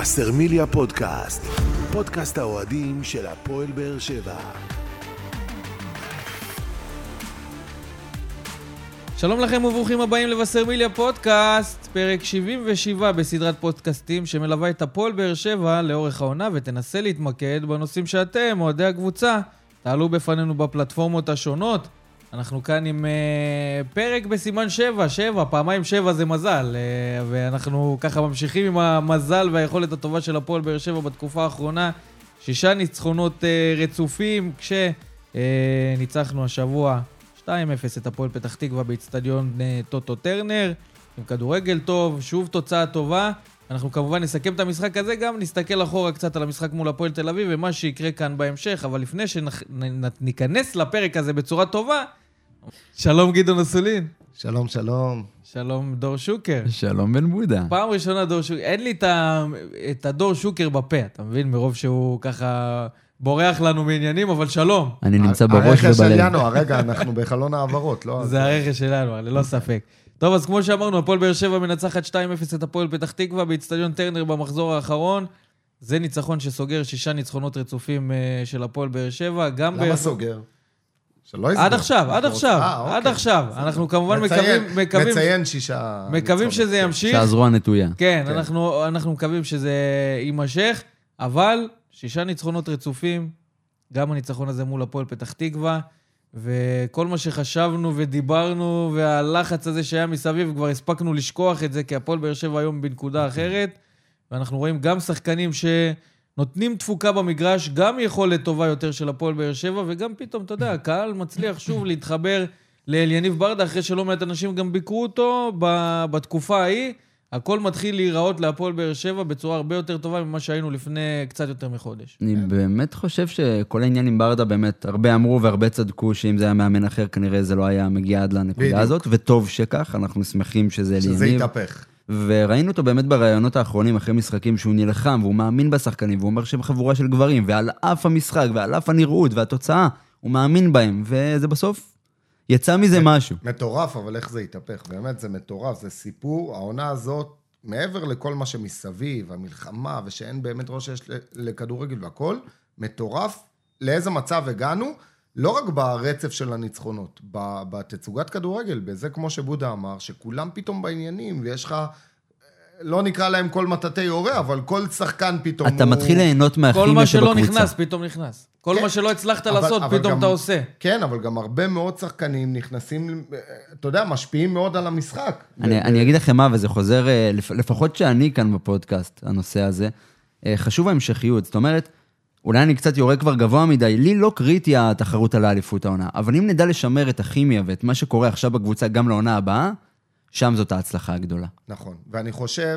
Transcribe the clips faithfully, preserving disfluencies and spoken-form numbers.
וסרמיליה פודקאסט, פודקאסט האוהדים של הפועל באר שבע. שלום לכם וברוכים הבאים לווסרמיליה פודקאסט, פרק שבעים ושבע בסדרת פודקאסטים שמלווה את הפועל באר שבע לאורך העונה ותנסה להתמקד בנושאים שאתם, אוהדי הקבוצה, תעלו בפנינו בפלטפורמות השונות. אנחנו כאן עם uh, פרק בסימן שבע, שבע, פעמיים שבע זה מזל, uh, ואנחנו ככה ממשיכים עם המזל והיכולת הטובה של הפועל באר שבע בתקופה האחרונה, שישה ניצחונות uh, רצופים, כשניצחנו uh, השבוע שתיים אפס את הפועל פתח תקווה באצטדיון uh, טוטו טרנר, עם כדורגל טוב, שוב תוצאה טובה. אנחנו כמובן נסכם את המשחק הזה, גם נסתכל אחורה קצת על המשחק מול הפועל תל אביב ומה שיקרה כאן בהמשך, אבל לפני שניכנס לפרק הזה בצורה טובה, שלום גדעון אסולין. שלום, שלום. שלום דור שוקר. שלום בן בודה. פעם ראשונה דור שוקר, אין לי את, ה... את הדור שוקר בפה, אתה מבין? מרוב שהוא ככה בורח לנו מעניינים, אבל שלום. אני נמצא בראש ובלב. הרכש שלנו, הרגע, אנחנו בחלון העברות, לא? זה הרכש שלנו, ללא ספק. טוב, אז כמו שאמרנו, הפועל באר שבע מנצחת שתיים אפס את הפועל פתח תקווה באצטדיון טרנר במחזור האחרון. זה ניצחון שסוגר שישה ניצחונות רצופים של הפועל באר שבע. למה סוגר? עד עכשיו, עד עכשיו, עד עכשיו. אנחנו כמובן מקווים... מציין שישה... מקווים שזה ימשיך. שהזרוע נטויה. כן, אנחנו מקווים שזה יימשך, אבל שישה ניצחונות רצופים, גם הניצחון הזה מול הפועל פתח תקווה, וכל מה שחשבנו ודיברנו, והלחץ הזה שהיה מסביב, כבר הספקנו לשכוח את זה, כי הפועל באר שבע היום בנקודה אחרת, ואנחנו רואים גם שחקנים שנותנים תפוקה במגרש, גם יכולת טובה יותר של הפועל באר שבע, וגם פתאום, אתה יודע, הקהל מצליח שוב להתחבר לאליניב ברדה, אחרי שלא מעט אנשים גם ביקרו אותו בתקופה ההיא, הכל מתחיל להיראות להפועל באר שבע בצורה הרבה יותר טובה ממה שהיינו לפני קצת יותר מחודש. אני באמת חושב שכל העניין עם ברדה באמת, הרבה אמרו והרבה צדקו שאם זה היה מאמן אחר, כנראה זה לא היה מגיע עד לנקודה הזאת, וטוב שכך, אנחנו שמחים שזה אליניב. שזה יתהפך. וראינו אותו באמת ברעיונות האחרונים אחרי משחקים שהוא נלחם, והוא מאמין בשחקנים, והוא אומר שהם חבורה של גברים, ועל אף המשחק, ועל אף הנראות והתוצאה, הוא מאמין בהם, וזה בסוף יצא מזה משהו. מטורף, אבל איך זה יתהפך? באמת זה מטורף, זה סיפור. העונה הזאת, מעבר לכל מה שמסביב, המלחמה, ושאין באמת ראש שיש לכדורגל והכל, מטורף. לאיזה מצב הגענו? לא רק ברצף של הניצחונות, בתצוגת כדורגל, בזה כמו שבודה אמר, שכולם פתאום בעניינים, ויש לך, לא נקרא להם כל מטאטי הורה, אבל כל שחקן פתאום אתה מתחיל ליהנות מהכימיה שבקבוצה. כל מה שלא שבקבוצה. נכנס, פתאום נכנס. כל מה שלא הצלחת לעשות, פתאום אתה עושה. כן, אבל גם הרבה מאוד שחקנים נכנסים, אתה יודע, משפיעים מאוד על המשחק. אני אגיד לכם מה, וזה חוזר, לפחות שאני כאן בפודקאסט, הנושא הזה, חשוב ההמשכיות. זאת אומרת, אולי אני קצת יורה כבר גבוה מדי, לי לא קריטי התחרות על האליפות העונה, אבל אם נדע לשמר את הכימיה ואת מה שקורה עכשיו בקבוצה גם לעונה הבאה, שם זאת ההצלחה הגדולה. נכון, ואני חושב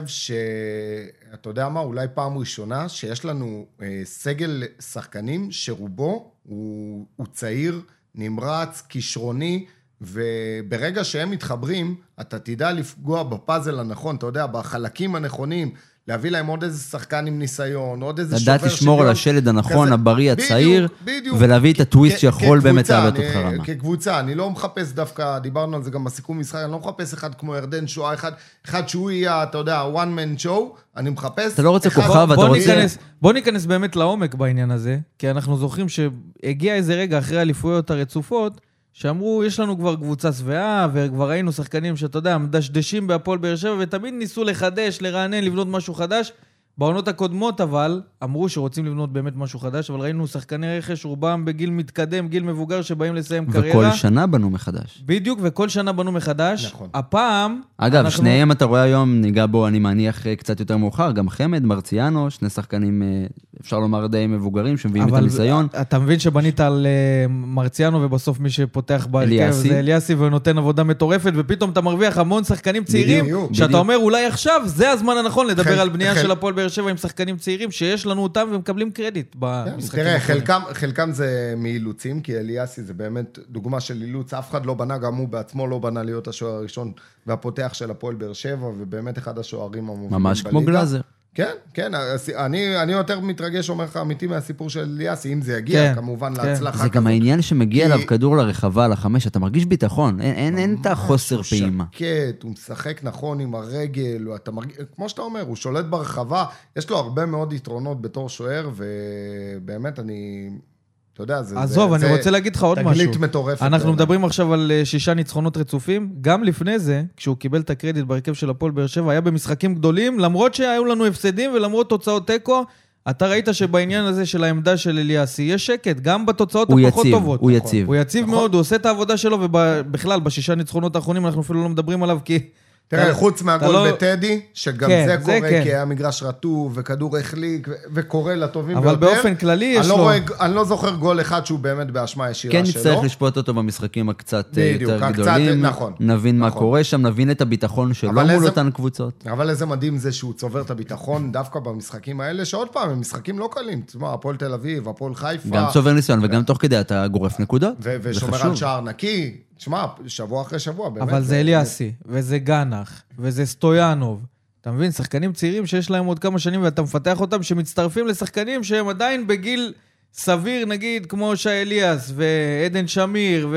שאתה יודע מה, אולי פעם ראשונה שיש לנו אה, סגל שחקנים שרובו הוא, הוא צעיר, נמרץ, כישרוני, וברגע שהם מתחברים, אתה תדע לפגוע בפאזל הנכון, אתה יודע, בחלקים הנכונים, להביא להם עוד איזה שחקן עם ניסיון, עוד איזה שובר לדעת לשמור על השלד הנכון, הבריא, הצעיר, ולהביא את הטוויסט שיכול באמת להעלות אותך רמה. כקבוצה, אני לא מחפש דווקא, דיברנו על זה גם בסיכום משחק, אני לא מחפש אחד כמו ירדן שואה, אחד שהוא יהיה, אתה יודע, one man show, אני מחפש... אתה לא רוצה כוכב, אתה רוצה... בוא ניכנס באמת לעומק בעניין הזה, כי אנחנו זוכרים שהגיע איזה רגע אחרי האליפויות הרצופות, שאמרו, יש לנו כבר קבוצה שבעה, וכבר ראינו שחקנים שאתה יודע, מדשדשים בהפועל באר שבע, ותמיד ניסו לחדש, לרענן, לבנות משהו חדש. בעונות הקודמות אבל, אמרו שרוצים לבנות באמת משהו חדש, אבל ראינו שחקני רכש, רובם בגיל מתקדם, גיל מבוגר, שבאים לסיים קריירה. וכל שנה בנו מחדש. בדיוק, וכל שנה בנו מחדש. נכון. הפעם... אגב, אנחנו... שניהם אתה רואה היום, ניגע בו, אני מניח קצת יותר מאוחר, גם חמד, מרציאנו, שני שחקנים, אפשר לומר די מבוגרים, שמביאים את הניסיון. אתה מבין שבנית על מרציאנו, ובסוף מי שפותח בהרכב זה אליאסי, ונותן עבודה מטורפת, ופתאום אתה מרוויח המון שחקנים צעירים, שאתה אומר, אולי עכשיו זה הזמן הנכון לדבר על בנייה של הפועל באר שבע עם שחקנים צעירים שיש לנו אותם ומקבלים קרדיט במשחקים. תראה, חלקם, חלקם זה מאילוצים, כי אליאסי זה באמת דוגמה של אילוץ, אף אחד לא בנה, גם הוא בעצמו לא בנה להיות השוער הראשון והפותח של הפועל באר שבע, ובאמת אחד השוערים המובילים בליגה. ממש כמו גלאזר. כן, כן, אני, אני יותר מתרגש, אומר לך, אמיתי מהסיפור של אליאסי, אם זה יגיע, כן, כמובן, כן. להצלחה. זה גם העניין שמגיע אליו כדור לרחבה, לחמש, אתה מרגיש ביטחון, אין, אין, אין את החוסר פעימה. הוא שקט, הוא משחק נכון עם הרגל, אתה מרגיש, כמו שאתה אומר, הוא שולט ברחבה, יש לו הרבה מאוד יתרונות בתור שוער, ובאמת אני... אתה יודע, זה... עזוב, זה, אני זה רוצה להגיד לך עוד משהו. תגלית מטורפת. אנחנו מדברים עכשיו על שישה ניצחונות רצופים. גם לפני זה, כשהוא קיבל את הקרדיט בהרכב של הפועל באר שבע, היה במשחקים גדולים, למרות שהיו לנו הפסדים ולמרות תוצאות תיקו, אתה ראית שבעניין הזה של העמדה של אליאסי, יש שקט, גם בתוצאות הפחות יציב, טובות. הוא יציב. הוא יציב מאוד, הוא עושה את העבודה שלו, ובכלל, בשישה ניצחונות האחרונים, אנחנו אפילו לא מדברים עליו, כי... תראה, חוץ מהגול בטדי, שגם זה קורה, כי היה מגרש רטוב, וכדור החליק, וקורה לטובים ביותר. אבל באופן כללי יש לו... אני לא זוכר גול אחד שהוא באמת באשמה ישירה שלו. כן נצטרך לשפוט אותו במשחקים הקצת יותר גדולים, נבין מה קורה שם, נבין את הביטחון שלו מול אותן קבוצות. אבל איזה מדהים זה שהוא צובר את הביטחון דווקא במשחקים האלה, שעוד פעם, הם משחקים לא קלים. תשמע, הפועל תל אביב, הפועל חיפה. גם צובר ניסיון, וגם תוך כדי אתה גורף נקודות. ושומר על שער נקי. תשמע, שבוע אחרי שבוע, באמת. אבל זה אליאסי, וזה גנח, וזה סטויאנוב. אתה מבין? שחקנים צעירים שיש להם עוד כמה שנים, ואתה מפתח אותם, שמצטרפים לשחקנים שהם עדיין בגיל סביר, נגיד, כמו שי אליאס, ועדן שמיר,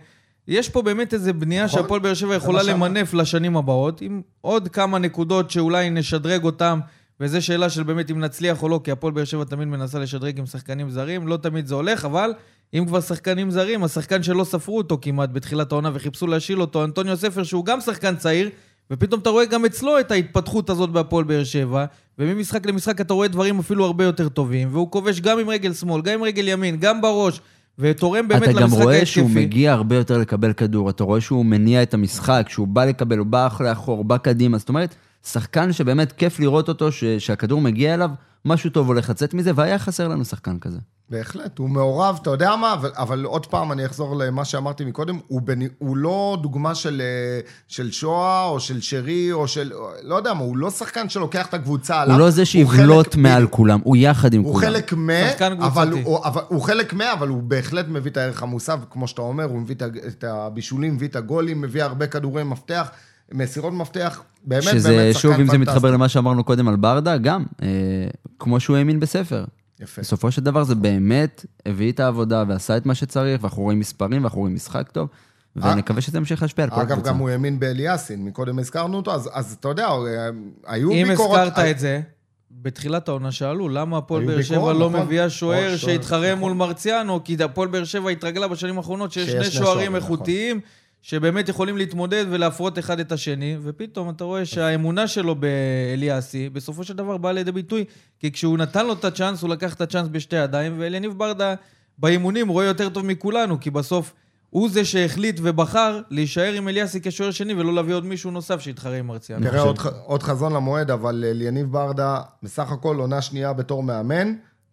ויש פה באמת איזו בנייה שהפועל באר שבע יכולה למנף לשנים הבאות, עם עוד כמה נקודות שאולי נשדרג אותם, וזו שאלה של באמת אם נצליח או לא, כי הפועל באר שבע תמיד מנסה לשדרג עם שחקנים זרים, לא תמיד זה הולך, אבל אם כבר שחקנים זרים, השחקן שלא ספרו אותו כמעט בתחילת העונה וחיפשו להשיל אותו, אנטוניו ספר שהוא גם שחקן צעיר, ופתאום אתה רואה גם אצלו את ההתפתחות הזאת בהפועל באר שבע, וממשחק למשחק אתה רואה דברים אפילו הרבה יותר טובים, והוא כובש גם עם רגל שמאל, גם עם רגל ימין, גם בראש, ותורם באמת למשחק ההתקפי. אתה גם רואה שהוא מגיע הרבה יותר לקבל כדור, אתה רואה שהוא מניע את המשחק, שהוא בא לקבל, הוא בא לאחור, בא קדימה, זאת אומרת, שחקן שבאמת כיף לראות אותו, שהכדור מגיע אליו, משהו טוב הולך לצאת מזה, והיה חסר לנו שחקן כזה. בהחלט, הוא מעורב, אתה יודע מה, אבל, אבל עוד פעם אני אחזור למה שאמרתי מקודם, הוא, בנ... הוא לא דוגמה של, של שואה, או של שרי, או של, לא יודע מה, הוא לא שחקן שלוקח את הקבוצה עליו. הוא לא זה שיבלוט מעל כולם, הוא יחד עם הוא כולם. חלק מה, אבל הוא, אבל, הוא חלק מה, אבל הוא בהחלט מביא את הערך המוסף, כמו שאתה אומר, הוא מביא את הבישולים, מביא את הגולים, מביא הרבה כדורי מפתח, מסירות מפתח, באמת, באמת שחקן פנטסטי. שוב, אם זה מתחבר למה שאמרנו קודם על ברדה, גם, אה, כמו שהוא האמין בספר. יפה. בסופו של דבר זה באמת הביא את העבודה ועשה את מה שצריך, ואנחנו רואים מספרים, ואנחנו רואים משחק טוב, ונקווה שזה ימשיך להשפיע על כל הקבוצה. אגב, גם הוא האמין באליאסין, מקודם הזכרנו אותו, אז, אז אתה יודע, היו אם ביקורות... אם הזכרת את זה, בתחילת העונה שאלו, למה הפועל באר שבע לא מביאה שוער שהתחרה מול מרציאנו, כי הפועל באר שבע התרגלה בשנים האחרונות שיש שני שוערים איכותיים, שבאמת יכולים להתמודד ולהפרות אחד את השני, ופתאום אתה רואה שהאמונה שלו באליאסי, בסופו של דבר באה לידי ביטוי, כי כשהוא נתן לו את הצ'אנס, הוא לקח את הצ'אנס בשתי ידיים, ואליניב ברדה באימונים רואה יותר טוב מכולנו, כי בסוף הוא זה שהחליט ובחר להישאר עם אליאסי כשוער שני, ולא להביא עוד מישהו נוסף שיתחרה עם מרציאנו. תראה, עוד, עוד חזון למועד, אבל אליניב ברדה, בסך הכל עונה שנייה בתור מאמן,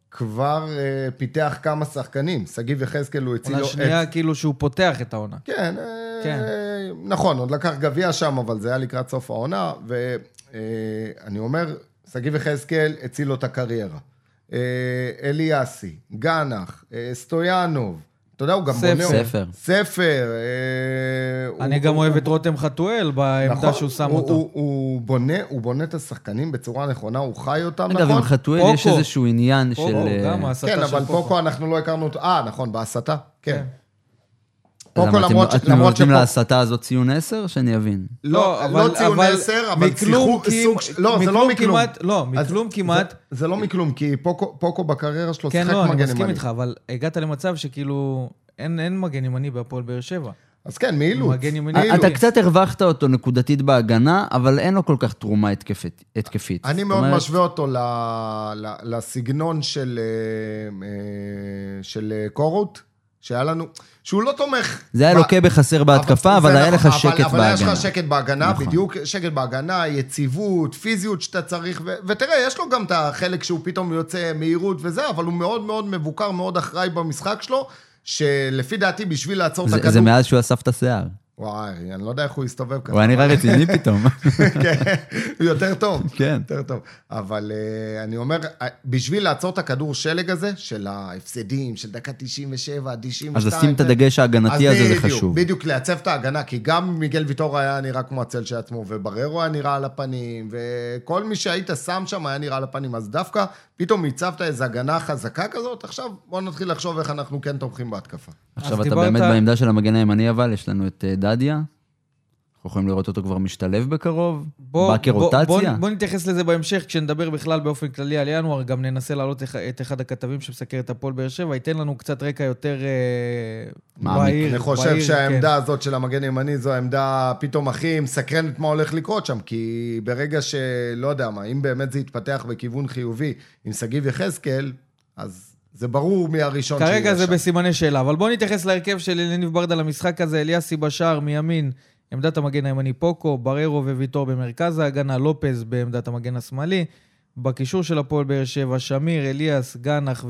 כבר uh, פיתח כמה שחקנים. סגיב וחזקאל הוא הציל לו... עונה שנייה את... כאילו שהוא פותח את העונה. כן, כן. Uh, נכון, עוד לקח גביע שם, אבל זה היה לקראת סוף העונה, ואני uh, אומר, סגיב וחזקאל הציל לו את הקריירה. Uh, אליאסי, גנח, uh, סטויאנוב, אתה יודע, הוא גם ספר. בונה... ספר. ספר. אני גם אוהב את רותם חתואל בעמדה שהוא שם אותו. הוא בונה את השחקנים בצורה נכונה, הוא חי אותם נכון. אגב, עם חתואל יש איזשהו עניין של... כן, אבל פוקו אנחנו לא הכרנו אותו. אה, נכון, בהסתה. כן. פוקו למרות ש... אתם רוצים להסתה הזאת ציון עשר? שאני אבין. לא, לא ציון עשר, אבל סוג... לא, זה לא מכלום. לא, מכלום כמעט. זה לא מכלום, כי פוקו בקריירה שלו כן, לא, אני מסכים איתך, אבל הגעת למצב שכאילו אין מגן ימני בהפועל באר שבע. אז כן, מעילות. אתה קצת הרווחת אותו נקודתית בהגנה, אבל אין לו כל כך תרומה התקפית. אני מאוד משווה אותו לסגנון של קורות, שהיה לנו, שהוא לא תומך. זה היה לוקה בחסר בהתקפה, אבל היה לך שקט בהגנה. אבל היה לך שקט בהגנה, בדיוק שקט בהגנה, יציבות, פיזיות שאתה צריך, ותראה, יש לו גם את החלק שהוא פתאום יוצא מהירות וזה, אבל הוא מאוד מאוד מבוקר, מאוד אחראי במשחק שלו, שלפי דעתי בשביל לעצור את הכדור... זה מאז שהוא אסף את השיער. וואי, אני לא יודע איך הוא יסתובב ככה. הוא היה נראה רציני פתאום. כן, הוא יותר טוב. כן. יותר טוב. אבל uh, אני אומר, בשביל לעצור את הכדור שלג הזה, של ההפסדים, של דקה תשעים ושבע, תשעים ושתיים. אז לשים את הדגש ההגנתי הזה זה חשוב. בדיוק, לייצב את ההגנה, כי גם מיגל ויטור היה נראה כמו הצל של עצמו, ובררו היה נראה על הפנים, וכל מי שהיית שם שם היה נראה על הפנים, אז דווקא פתאום הצבת איזו הגנה חזקה כזאת, עכשיו בואו נתחיל לחשוב איך אנחנו כן תומכים בהתקפה. עכשיו אתה באמת בעמדה של המגן הימני, אבל יש לנו את דדיה, אנחנו יכולים לראות אותו כבר משתלב בקרוב, בא כרוטציה. בוא, בוא, בוא נתייחס לזה בהמשך, כשנדבר בכלל באופן כללי על ינואר, גם ננסה להעלות את אחד הכתבים שמסקר את הפועל באר שבע, ייתן לנו קצת רקע יותר בהיר. אני חושב שהעמדה הזאת של המגן הימני, זו העמדה פתאום הכי מסקרנת מה הולך לקרות שם, כי ברגע שלא יודע מה, אם באמת זה יתפתח בכיוון חיובי עם סגיב יחזקאל, אז זה ברור מהראשון שיש שם. כרגע זה בסימני שאלה, אבל בוא נתייחס להרכב של יניב ברדה למשחק הזה, אליאסי בשער מימין, עמדת המגן הימני פוקו, בררו וויטור במרכז ההגנה, לופז בעמדת המגן השמאלי, בקישור של הפועל באר שבע, שמיר, אליאס, גנח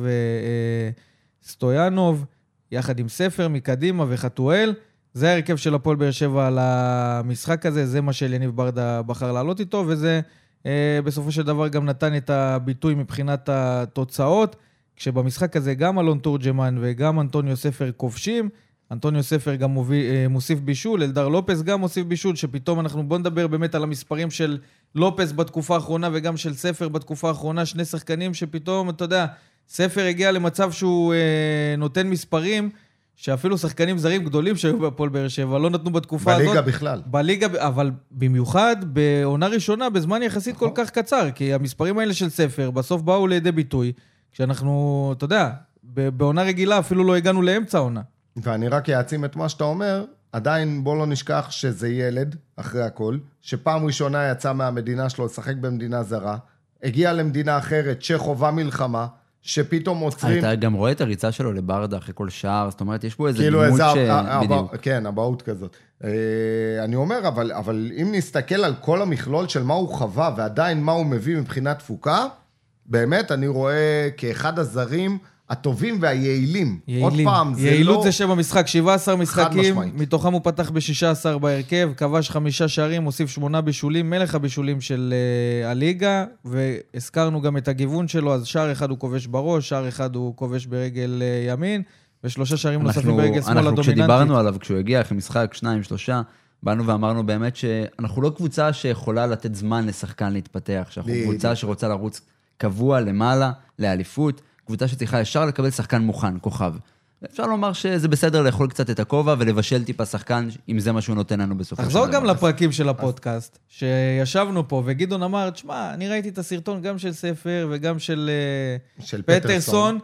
וסטויאנוב, יחד עם ספר מקדימה וחתואל. זה ההרכב של הפועל באר שבע על המשחק הזה, זה מה שאליניב ברדה בחר לעלות איתו, וזה אה, בסופו של דבר גם נתן את הביטוי מבחינת התוצאות, כשבמשחק הזה גם אלון תורג'מן וגם אנטוניו ספר כובשים, אנטוניו ספר גם מוביל, מוסיף בישול, אלדר לופס גם מוסיף בישול, שפתאום אנחנו, בוא נדבר באמת על המספרים של לופס בתקופה האחרונה, וגם של ספר בתקופה האחרונה, שני שחקנים שפתאום, אתה יודע, ספר הגיע למצב שהוא אה, נותן מספרים, שאפילו שחקנים זרים גדולים שהיו בפועל באר שבע, לא נתנו בתקופה בליגה הזאת. בליגה בכלל. בליגה, אבל במיוחד בעונה ראשונה, בזמן יחסית כל כך קצר, כי המספרים האלה של ספר בסוף באו לידי ביטוי, כשאנחנו, אתה יודע, בעונה רגילה אפילו לא הגענו לאמצע העונה. ואני רק אעצים את מה שאתה אומר, עדיין בוא לא נשכח שזה ילד, אחרי הכל, שפעם ראשונה יצא מהמדינה שלו לשחק במדינה זרה, הגיע למדינה אחרת שחובה מלחמה, שפתאום עוצרים... אתה גם רואה את הריצה שלו לברדה אחרי כל שער, זאת אומרת, יש פה איזה כאילו דמות איזה, ש... אבא, בדיוק. כן, הבאות כזאת. אני אומר, אבל, אבל אם נסתכל על כל המכלול של מה הוא חווה, ועדיין מה הוא מביא מבחינת תפוקה, באמת אני רואה כאחד הזרים הטובים והיעילים. יעילים. עוד פעם, זה יעילות לא... זה שם המשחק, שבעה עשר משחקים, משמעית. מתוכם הוא פתח ב-שישה עשר בהרכב, כבש חמישה שערים, הוסיף שמונה בישולים, מלך הבישולים של uh, הליגה, והזכרנו גם את הגיוון שלו, אז שער אחד הוא כובש בראש, שער אחד הוא כובש ברגל uh, ימין, ושלושה שערים אנחנו, נוספים ברגל שמאל הדומיננטית. אנחנו כשדיברנו עליו, כשהוא הגיע אחרי משחק, שניים, שלושה, באנו ואמרנו באמת שאנחנו לא קבוצה שיכולה לתת זמן לשחקן להתפתח, שאנחנו קבוצה שרוצה לרוץ קבוע למעלה, לאליפות, קבוצה שצריכה ישר לקבל שחקן מוכן, כוכב. אפשר לומר שזה בסדר לאכול קצת את הכובע ולבשל טיפה שחקן, אם זה מה שהוא נותן לנו בסופו של דבר. תחזור גם לפרקים של הפודקאסט, שישבנו פה, וגדעון אמר, תשמע, אני ראיתי את הסרטון גם של ספר וגם של פטרסון,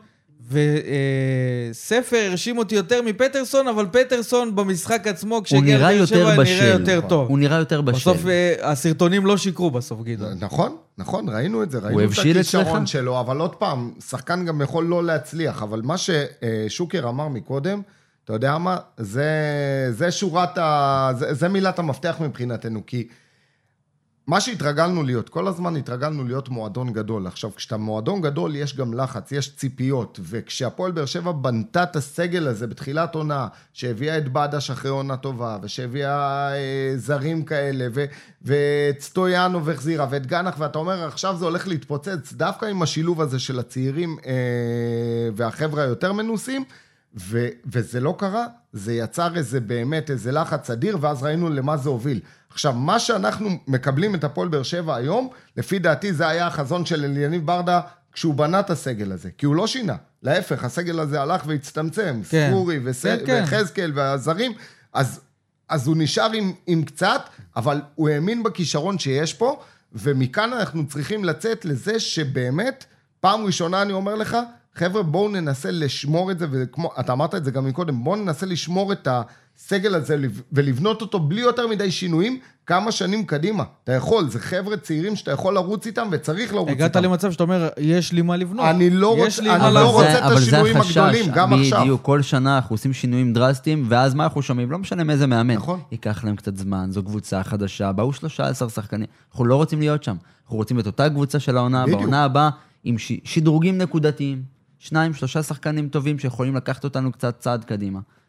וספר הרשים אותי יותר מפטרסון, אבל פטרסון במשחק עצמו, כשהגיע לבאר שבע, נראה יותר טוב. הוא נראה יותר בשל. בסוף הסרטונים לא שיקרו בסוף, גדעון. נכון, נכון, ראינו את זה, ראינו את הכישרון שלו, אבל עוד פעם, שחקן גם יכול לא להצליח, אבל מה ששוקר אמר מקודם, אתה יודע מה, זה, זה שורת ה... זה, זה מילת המפתח מבחינתנו, כי מה שהתרגלנו להיות, כל הזמן התרגלנו להיות מועדון גדול. עכשיו, כשאתה מועדון גדול, יש גם לחץ, יש ציפיות, וכשהפועל באר שבע בנתה את הסגל הזה בתחילת עונה, שהביאה את בדש אחרי עונה טובה, ושהביאה אה, זרים כאלה, ו, ואת סטויאנו והחזירה, ואת גנח, ואתה אומר, עכשיו זה הולך להתפוצץ, דווקא עם השילוב הזה של הצעירים אה, והחבר'ה היותר מנוסים, ו, וזה לא קרה, זה יצר איזה באמת, איזה לחץ אדיר, ואז ראינו למה זה הוביל. עכשיו, מה שאנחנו מקבלים את הפועל באר שבע היום, לפי דעתי זה היה החזון של אליניב ברדה, כשהוא בנה את הסגל הזה, כי הוא לא שינה. להפך, הסגל הזה הלך והצטמצם, כן. ספורי וס... כן, כן. וחזקאל והזרים, אז, אז הוא נשאר עם, עם קצת, אבל הוא האמין בכישרון שיש פה, ומכאן אנחנו צריכים לצאת לזה שבאמת, פעם ראשונה אני אומר לך, חבר'ה, בואו ננסה לשמור את זה, וכמו, אתה אמרת את זה גם מקודם, בואו ננסה לשמור את הסגל הזה ולבנות אותו בלי יותר מדי שינויים, כמה שנים קדימה. אתה יכול, זה חבר'ה צעירים שאתה יכול לרוץ איתם וצריך לרוץ איתם. הגעת למצב שאתה אומר, יש לי מה לבנות. אני לא רוצה, אני לא רוצה את השינויים הגדולים, גם עכשיו. בדיוק, כל שנה אנחנו עושים שינויים דרסטיים, ואז מה אנחנו שומעים? לא משנה מאיזה מאמן. נכון. ייקח להם קצת זמן, זו קבוצה חדשה, באו שלושה עשר שחקנים. אנחנו לא רוצים להיות שם. אנחנו רוצים את אותה קבוצה של העונה, בעונה הבאה, עם שדרוגים נקודתיים. שניים, שלושה שחקנים טובים שיכולים לקחת אותנו קצת צעד קדימה.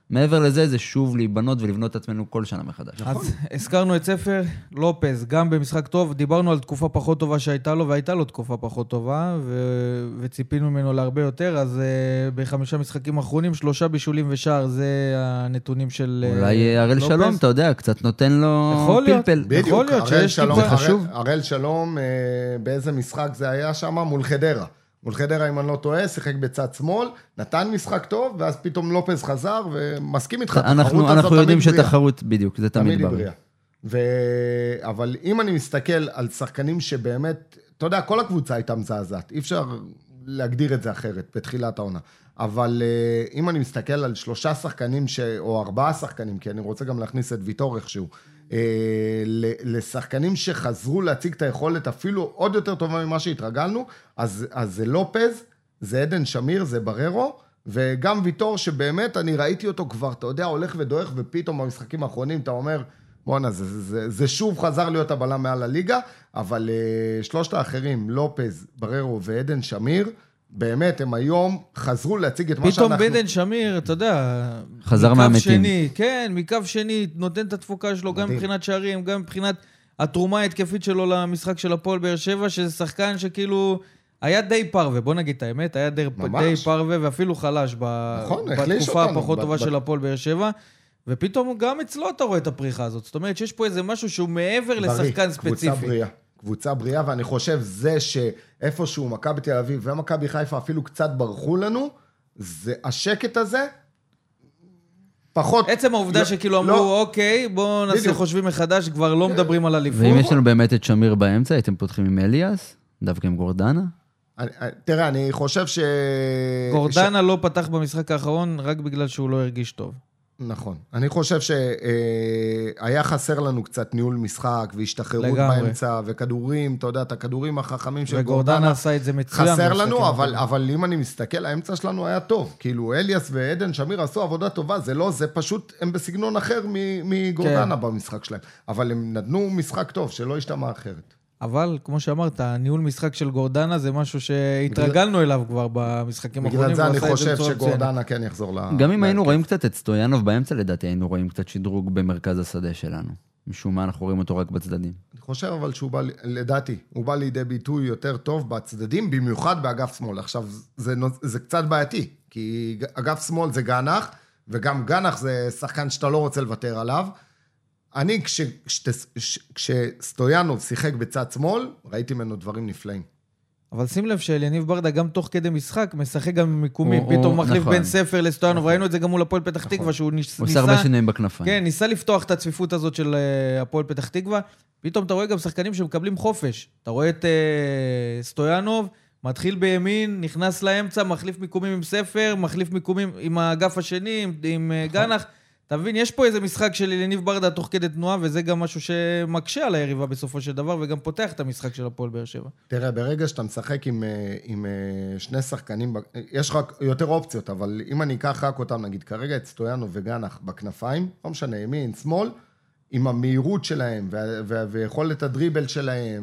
מעבר לזה, זה שוב להיבנות ולבנות את עצמנו כל שנה מחדש. אז הזכרנו את ספר לופז, גם במשחק טוב, דיברנו על תקופה פחות טובה שהייתה לו, והייתה לו תקופה פחות טובה, ו... וציפינו ממנו להרבה יותר, אז uh, בחמישה משחקים האחרונים, שלושה בישולים ושער, זה הנתונים של uh, אולי הראל שלום, אתה יודע, קצת נותן לו יכול פלפל. להיות, בדיוק, יכול להיות שיש שלום, טיפה. הראל, חשוב. הראל שלום, אה, באיזה משחק זה היה שם? מול חדרה. מול חדרה, אם אני לא טועה, שיחק בצד שמאל, נתן משחק טוב, ואז פתאום לופז חזר, ומסכים איתך, אנחנו, אנחנו יודעים שתחרות, בדיוק, זה תמיד, תמיד תמיד בריאה. ו... אבל אם אני מסתכל על שחקנים שבאמת, אתה יודע, כל הקבוצה הייתה מזעזעת, אי אפשר להגדיר את זה אחרת, בתחילת העונה. אבל אם אני מסתכל על שלושה שחקנים, ש... או ארבעה שחקנים, כי אני רוצה גם להכניס את ויטור איכשהו, לשחקנים שחזרו להציג את היכולת אפילו עוד יותר טובה ממה שהתרגלנו, אז, אז זה לופז, זה עדן שמיר, זה בררו, וגם ויטור שבאמת אני ראיתי אותו כבר, אתה יודע, הולך ודוח, ופתאום במשחקים האחרונים אתה אומר, בוא'נה, זה, זה, זה, זה שוב חזר להיות הבלם מעל הליגה, אבל uh, שלושת האחרים, לופז, בררו ועדן שמיר, באמת, הם היום חזרו להציג את מה שאנחנו... פתאום בדן שמיר, אתה יודע... חזר מהמתים. שני, כן, מקו שני, נותן את התפוקה שלו, גם מבחינת שערים, גם מבחינת התרומה ההתקפית שלו למשחק של הפועל באר שבע, שזה שחקן שכאילו... היה די פרווה, בוא נגיד את האמת, היה די, די פרווה ואפילו חלש ב... נכון, בתקופה הפחות טובה של הפועל באר שבע, ופתאום גם אצלו אתה רואה את הפריחה הזאת. זאת אומרת שיש פה איזה משהו שהוא מעבר לשחקן ספציפי. קבוצה בריאה. קבוצה בריאה, ואני חושב זה שאיפשהו מכבי תל אביב ומכבי חיפה אפילו קצת ברחו לנו, זה השקט הזה, פחות... עצם העובדה שכאילו אמרו, אוקיי, בואו נעשה חושבים מחדש, כבר לא מדברים על אליפות. ואם יש לנו באמת את שמיר באמצע, הייתם פותחים עם אליאס, דווקא עם גורדנה? תראה, אני חושב ש... גורדנה לא פתח במשחק האחרון, רק בגלל שהוא לא הרגיש טוב. נכון. אני חושב שהיה חסר לנו קצת ניהול משחק, והשתחררות באמצע, וכדורים, אתה יודע, את הכדורים החכמים של גורדנה. וגורדנה עשה את זה מצוין. חסר לנו, אבל, אבל אם אני מסתכל, האמצע שלנו היה טוב. כאילו, אליאס ועדן שמיר עשו עבודה טובה, זה לא, זה פשוט, הם בסגנון אחר מגורדנה כן. במשחק שלהם. אבל הם נתנו משחק טוב, שלא השתמע אחרת. אבל, כמו שאמרת, הניהול משחק של גורדנה זה משהו שהתרגלנו בגלל... אליו כבר במשחקים האחרונים. בגלל זה אני חושב שגורדנה כן יחזור ל... גם אם היינו רואים קצת את סטויאנוב באמצע, לדעתי היינו רואים קצת שדרוג במרכז השדה שלנו. משום מה אנחנו רואים אותו רק בצדדים. אני חושב אבל שהוא בא, לדעתי, הוא בא לידי ביטוי יותר טוב בצדדים, במיוחד באגף שמאל. עכשיו, זה, זה קצת בעייתי, כי אגף שמאל זה גנח, וגם גנח זה שחקן שאתה לא רוצה לוותר עליו. אני, כש, כש, כשסטויאנוב שיחק בצד שמאל, ראיתי ממנו דברים נפלאים. אבל שים לב שאליניב ברדה גם תוך כדי משחק, משחק גם במיקומים, פתאום מחליף בין ספר לסטויאנוב, ראינו את זה גם מול הפועל פתח תקווה, שהוא ניסה... הוא עושה הרבה שינויים בכנפיים. כן, ניסה לפתוח את הצפיפות הזאת של הפועל פתח תקווה, פתאום אתה רואה גם שחקנים שמקבלים חופש, אתה רואה את סטויאנוב, מתחיל בימין, נכנס לאמצע, מחליף מיקומים עם ספר, מחליף מיקומים עם האגף השני, עם גנח, אתה מבין, יש פה איזה משחק של אליניב ברדה תוך כדי תנועה, וזה גם משהו שמקשה על היריבה בסופו של דבר, וגם פותח את המשחק של הפועל באר שבע. תראה, ברגע שאתה משחק עם, עם שני שחקנים, יש רק יותר אופציות, אבל אם אני אקח רק אותם, נגיד, כרגע את סטויאנוב וגנח בכנפיים, לא משנה, ימין, שמאל, עם המהירות שלהם, ויכולת הדריבל שלהם,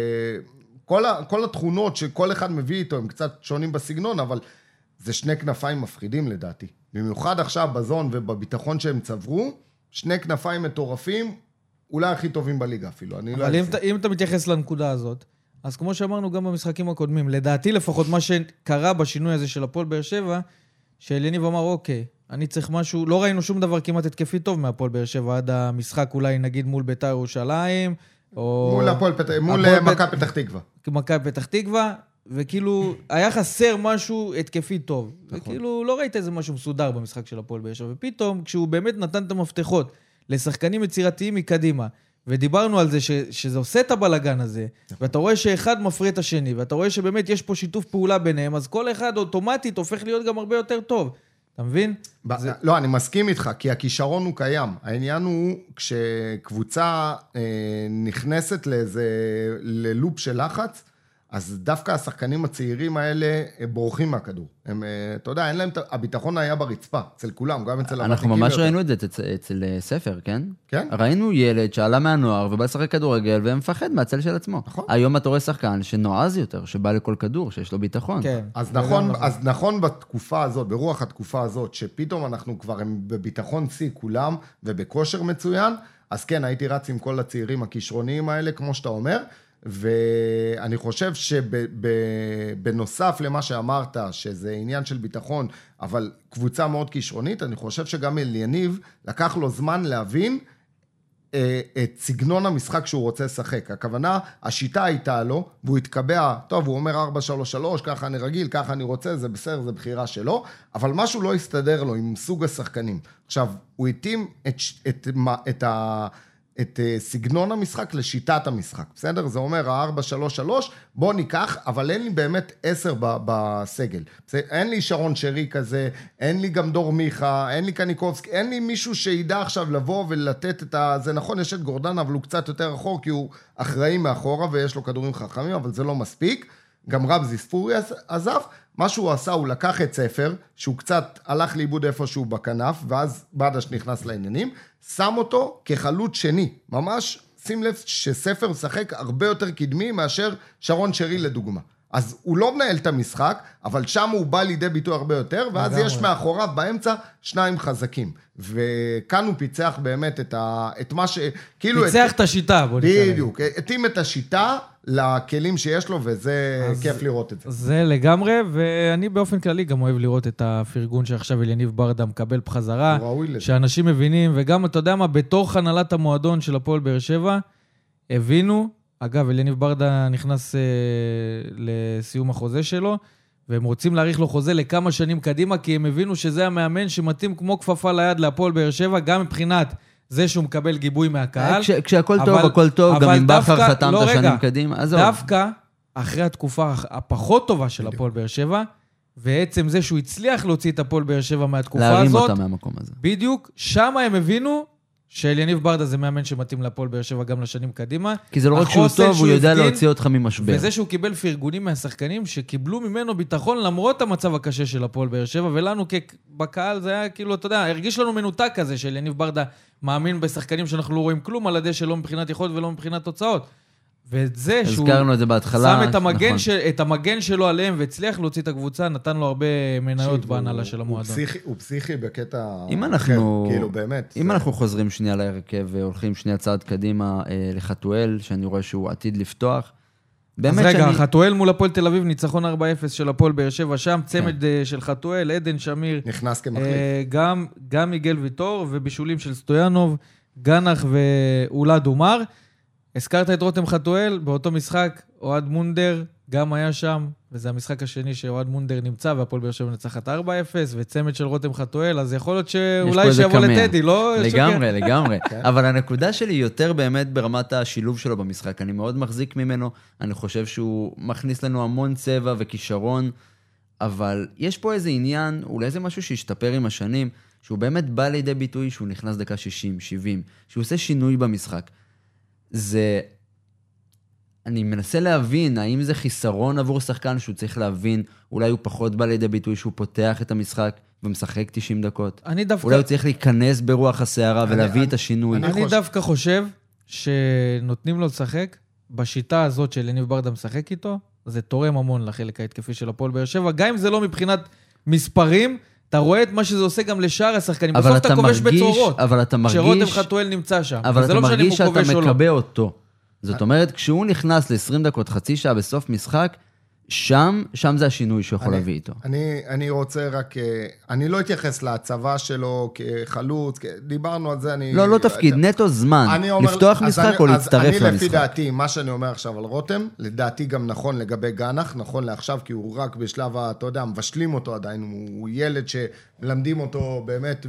וכל התכונות שכל אחד מביא איתו, הם קצת שונים בסגנון, אבל זה שני כנפיים מפחידים לדעתי. במיוחד עכשיו בזון ובביטחון שהם צברו, שני כנפיים מטורפים, אולי הכי טובים בליגה אפילו. אני אבל לא אם, אתה, אם אתה מתייחס לנקודה הזאת, אז כמו שאמרנו גם במשחקים הקודמים, לדעתי לפחות מה שקרה בשינוי הזה של הפועל באר שבע, שאליניב אמר, אוקיי, אני צריך משהו, לא ראינו שום דבר כמעט התקפי טוב מהפועל באר שבע, עד המשחק אולי נגיד מול בית"ר ירושלים, או... מול הפועל פתח, מול מכבי פתח תקווה. מכבי פתח תקווה, וכאילו היה חסר משהו התקפי טוב. נכון. וכאילו לא ראית איזה משהו מסודר במשחק של הפועל באר שבע. ופתאום כשהוא באמת נתן את המפתחות לשחקנים יצירתיים מקדימה, ודיברנו על זה ש, שזה עושה את הבלגן הזה, נכון. ואתה רואה שאחד מפריע את השני, ואתה רואה שבאמת יש פה שיתוף פעולה ביניהם, אז כל אחד אוטומטית הופך להיות גם הרבה יותר טוב. אתה מבין? ב- זה... לא, אני מסכים איתך, כי הכישרון הוא קיים. העניין הוא כשקבוצה אה, נכנסת לאיזה, ללופ של לחץ, אז דווקא השחקנים הצעירים האלה בורחים מהכדור. הם, אתה יודע, אין להם, הביטחון היה ברצפה, אצל כולם, גם אצל הוותיקים. אנחנו ממש ראינו את זה אצל, אצל ספר, כן? כן. ראינו ילד שעלה מהנוער ובא לשחק כדורגל ומפחד מהצל של עצמו. נכון. היום אתה רואה שחקן שנועז יותר, שבא לכל כדור, שיש לו ביטחון. כן. אז נכון, אז נכון בתקופה הזאת, ברוח התקופה הזאת, שפתאום אנחנו כבר הם בביטחון C כולם ובכושר מצוין, אז כן, הייתי רץ עם כל הצעירים הכישרוניים האלה, כמו שאתה אומר, ואני חושב שבנוסף למה שאמרת, שזה עניין של ביטחון, אבל קבוצה מאוד כישרונית, אני חושב שגם אליניב לקח לו זמן להבין את סגנון המשחק שהוא רוצה לשחק. הכוונה, השיטה הייתה לו, והוא התקבע, טוב, הוא אומר ארבע שלוש שלוש, ככה אני רגיל, ככה אני רוצה, זה בסדר, זה בחירה שלו, אבל משהו לא הסתדר לו עם סוג השחקנים. עכשיו, הוא התאים את, את, את ה... את סגנון המשחק לשיטת המשחק, בסדר? זה אומר, ה-ארבע שלוש שלוש, בוא ניקח, אבל אין לי באמת עשר בסגל. אין לי שרון שרי כזה, אין לי גם דור מיכה, אין לי קניקובסקי, אין לי מישהו שידע עכשיו לבוא ולתת את ה... זה נכון, יש את גורדן, אבל הוא קצת יותר אחור, כי הוא אחראי מאחורה, ויש לו כדורים חכמים, אבל זה לא מספיק. גם רבזי ספורי עזב, מה שהוא עשה, הוא לקח את ספר, שהוא קצת הלך לאיבוד איפשהו בכנף, ואז בדש נכנס לעניינים, שם אותו כחלוץ שני, ממש, שים לב שספר שחק הרבה יותר קדמי מאשר שרון שרי לדוגמה. אז הוא לא מנהל את המשחק, אבל שם הוא בא לידי ביטוי הרבה יותר, ואז יש מאחוריו באמצע שניים חזקים. וכאן הוא פיצח באמת את, ה, את מה ש... כאילו פיצח את, את השיטה, בוא נקרא. בדיוק, התאים את השיטה לכלים שיש לו, וזה אז, כיף לראות את זה. זה לגמרי, ואני באופן כללי גם אוהב לראות את הפרגון שעכשיו אליניב ברדה מקבל בחזרה, שאנשים מבינים, וגם אתה יודע מה, בתוך הנהלת המועדון של הפועל באר שבע, הבינו, אגב, אליניב ברדה נכנס אה, לסיום החוזה שלו, והם רוצים להאריך לו חוזה לכמה שנים קדימה, כי הם הבינו שזה המאמן שמתאים כמו כפפה ליד להפועל באר שבע, גם מבחינת זה שהוא מקבל גיבוי מהקהל. כש, כשהכל טוב, הכל טוב, גם אם בכר חתם את השנים קדימה, אז דווקא אחרי התקופה הפחות טובה של הפועל באר שבע, ועצם זה שהוא הצליח להוציא את הפועל באר שבע מהתקופה הזאת, להרים אותה מהמקום הזה. בדיוק, שם הם הבינו שאליניב ברדה זה מאמן שמתאים לפועל באר שבע גם לשנים קדימה. כי זה לא רק שהוא טוב, הוא יודע להוציא אותך ממשבר. וזה שהוא קיבל פרגונים מהשחקנים שקיבלו ממנו ביטחון למרות המצב הקשה של הפועל באר שבע, ולנו בקהל זה היה כאילו, אתה יודע, הרגיש לנו מנותק כזה שאליניב ברדה מאמין בשחקנים שאנחנו לא רואים כלום על הדשא, לא מבחינת יכולת ולא מבחינת תוצאות. ואת זה שהוא שם את המגן, נכון. ש... את המגן שלו עליהם והצליח להוציא את הקבוצה, נתן לו הרבה מניות בהנהלה של המועדון. הוא פסיכי, הוא פסיכי בקטע... אם אנחנו, אחר, כאילו באמת. אם זה... אנחנו חוזרים שנייה להרכב והולכים שנייה צעד קדימה אה, לחתואל, שאני רואה שהוא עתיד לפתוח. אז רגע, שאני... חתואל מול הפועל תל אביב, ניצחון ארבע אפס של הפועל באר שבע שם, צמד כן. של חתואל, עדן שמיר. נכנס כמחליף. אה, גם, גם מיגל ויטור ובישולים של סטויאנוב, גנח ואולד אומר. הזכרת את רותם חתואל, באותו משחק, אוהד מונדר גם היה שם, וזה המשחק השני שאוהד מונדר נמצא, והפועל באר שבע נצחת ארבע אפס, וצמד של רותם חתואל, אז יכול להיות שאולי שיבוא לטדי, לא? לגמרי, לגמרי. אבל הנקודה שלי יותר באמת ברמת השילוב שלו במשחק. אני מאוד מחזיק ממנו, אני חושב שהוא מכניס לנו המון צבע וכישרון, אבל יש פה איזה עניין, אולי זה משהו שהשתפר עם השנים, שהוא באמת בא לידי ביטוי, שהוא נכנס דקה שישים, שבעים, שהוא עושה שינוי במשחק. זה, אני מנסה להבין, האם זה חיסרון עבור שחקן שהוא צריך להבין, אולי הוא פחות בא לידי ביטוי שהוא פותח את המשחק ומשחק תשעים דקות. אני דווקא... אולי הוא צריך להיכנס ברוח הסערה ולהביא אני, את השינוי. אני, אני חושב... דווקא חושב שנותנים לו לשחק, בשיטה הזאת של אליניב ברדה משחק איתו, זה תורם המון לחלק ההתקפי של הפועל באר שבע, גם אם זה לא מבחינת מספרים, אתה רואה את מה שזה עושה גם לשאר השחקנים. בסוף אתה כובש בצורות. אבל אתה מרגיש... כשרותם חתואל נמצא שם. אבל אתה מרגיש שאתה מקבע אותו. זאת אומרת, כשהוא נכנס ל-עשרים דקות, חצי שעה בסוף משחק, שם, שם זה השינוי שיכול להביא איתו. אני, אני רוצה רק... אני לא אתייחס להצבה שלו כחלוץ, דיברנו על זה, אני... לא, לא תפקיד, נטו זמן. לפתוח משחק או להצטרף למשחק. אני לפי דעתי, מה שאני אומר עכשיו על רותם, לדעתי גם נכון לגבי גנח, נכון לעכשיו, כי הוא רק בשלב, אתה יודע, מבשלים אותו עדיין, הוא ילד שמלמדים אותו באמת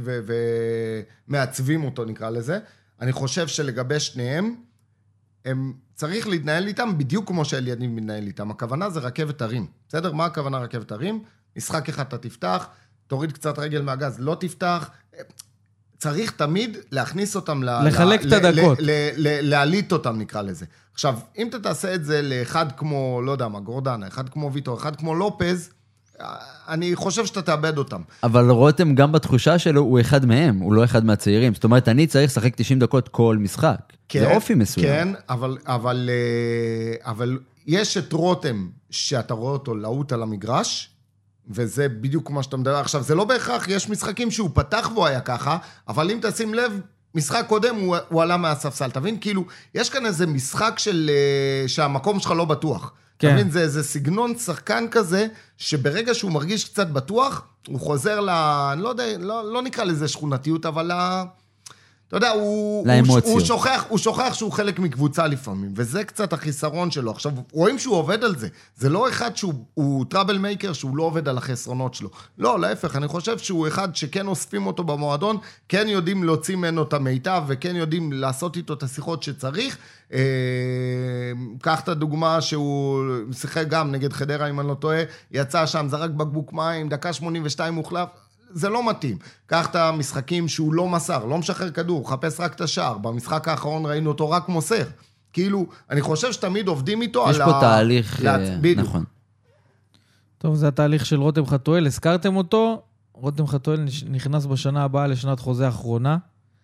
ומעצבים אותו, נקרא לזה. אני חושב שלגבי שניהם, הם צריך להתנהל איתם בדיוק כמו שאליניב מתנהל איתם. הכוונה זה רכבת הרים. בסדר? מה הכוונה רכבת הרים? משחק אחד אתה תפתח, תוריד קצת רגל מהגז, לא תפתח. צריך תמיד להכניס אותם, לחלק את הדקות. להעליט אותם, נקרא לזה. עכשיו, אם אתה תעשה את זה לאחד כמו, לא יודע מה, גורדנה, אחד כמו ויטור, אחד כמו לופז, אני חושב שאתה תאבד אותם. אבל רותם גם בתחושה שלו, הוא אחד מהם, הוא לא אחד מהצעירים. זאת אומרת, אני צריך לשחק תשעים דקות כל משחק. כן, זה אופי מסוים. כן, אבל, אבל, אבל יש את רותם, שאתה רואה אותו לעוט על המגרש, וזה בדיוק כמו שאתה מדבר. עכשיו, זה לא בהכרח, יש משחקים שהוא פתח והוא היה ככה, אבל אם תשים לב, משחק קודם הוא, הוא עלה מהספסל. תבין, כאילו, יש כאן איזה משחק של, שהמקום שלך לא בטוח. כן. תבין, זה איזה סגנון שחקן כזה, שברגע שהוא מרגיש קצת בטוח, הוא חוזר ל... אני לא יודע, לא, לא נקרא לזה שכונתיות, אבל ל... אתה יודע, הוא, הוא, הוא, שוכח, הוא שוכח שהוא חלק מקבוצה לפעמים, וזה קצת החיסרון שלו. עכשיו, רואים שהוא עובד על זה. זה לא אחד שהוא טראבל מייקר, שהוא לא עובד על החסרונות שלו. לא, להפך, אני חושב שהוא אחד שכן אוספים אותו במועדון, כן יודעים להוציא ממנו את המיטב, וכן יודעים לעשות איתו את השיחות שצריך. קח את הדוגמה שהוא שיחק גם נגד חדרה, אם אני לא טועה, יצא שם, זרק בקבוק מים, דקה שמונים ושתיים מוחלף, זה לא מתאים. קח את המשחקים שהוא לא מסר, לא משחרר כדור, חפש רק את השער. במשחק האחרון ראינו אותו רק מוסר. כאילו, אני חושב שתמיד עובדים איתו יש על ה... יש פה תהליך, נכון. טוב, זה התהליך של רותם חתואל. הזכרתם אותו, רותם חתואל נכנס בשנה הבאה לשנת חוזה האחרונה,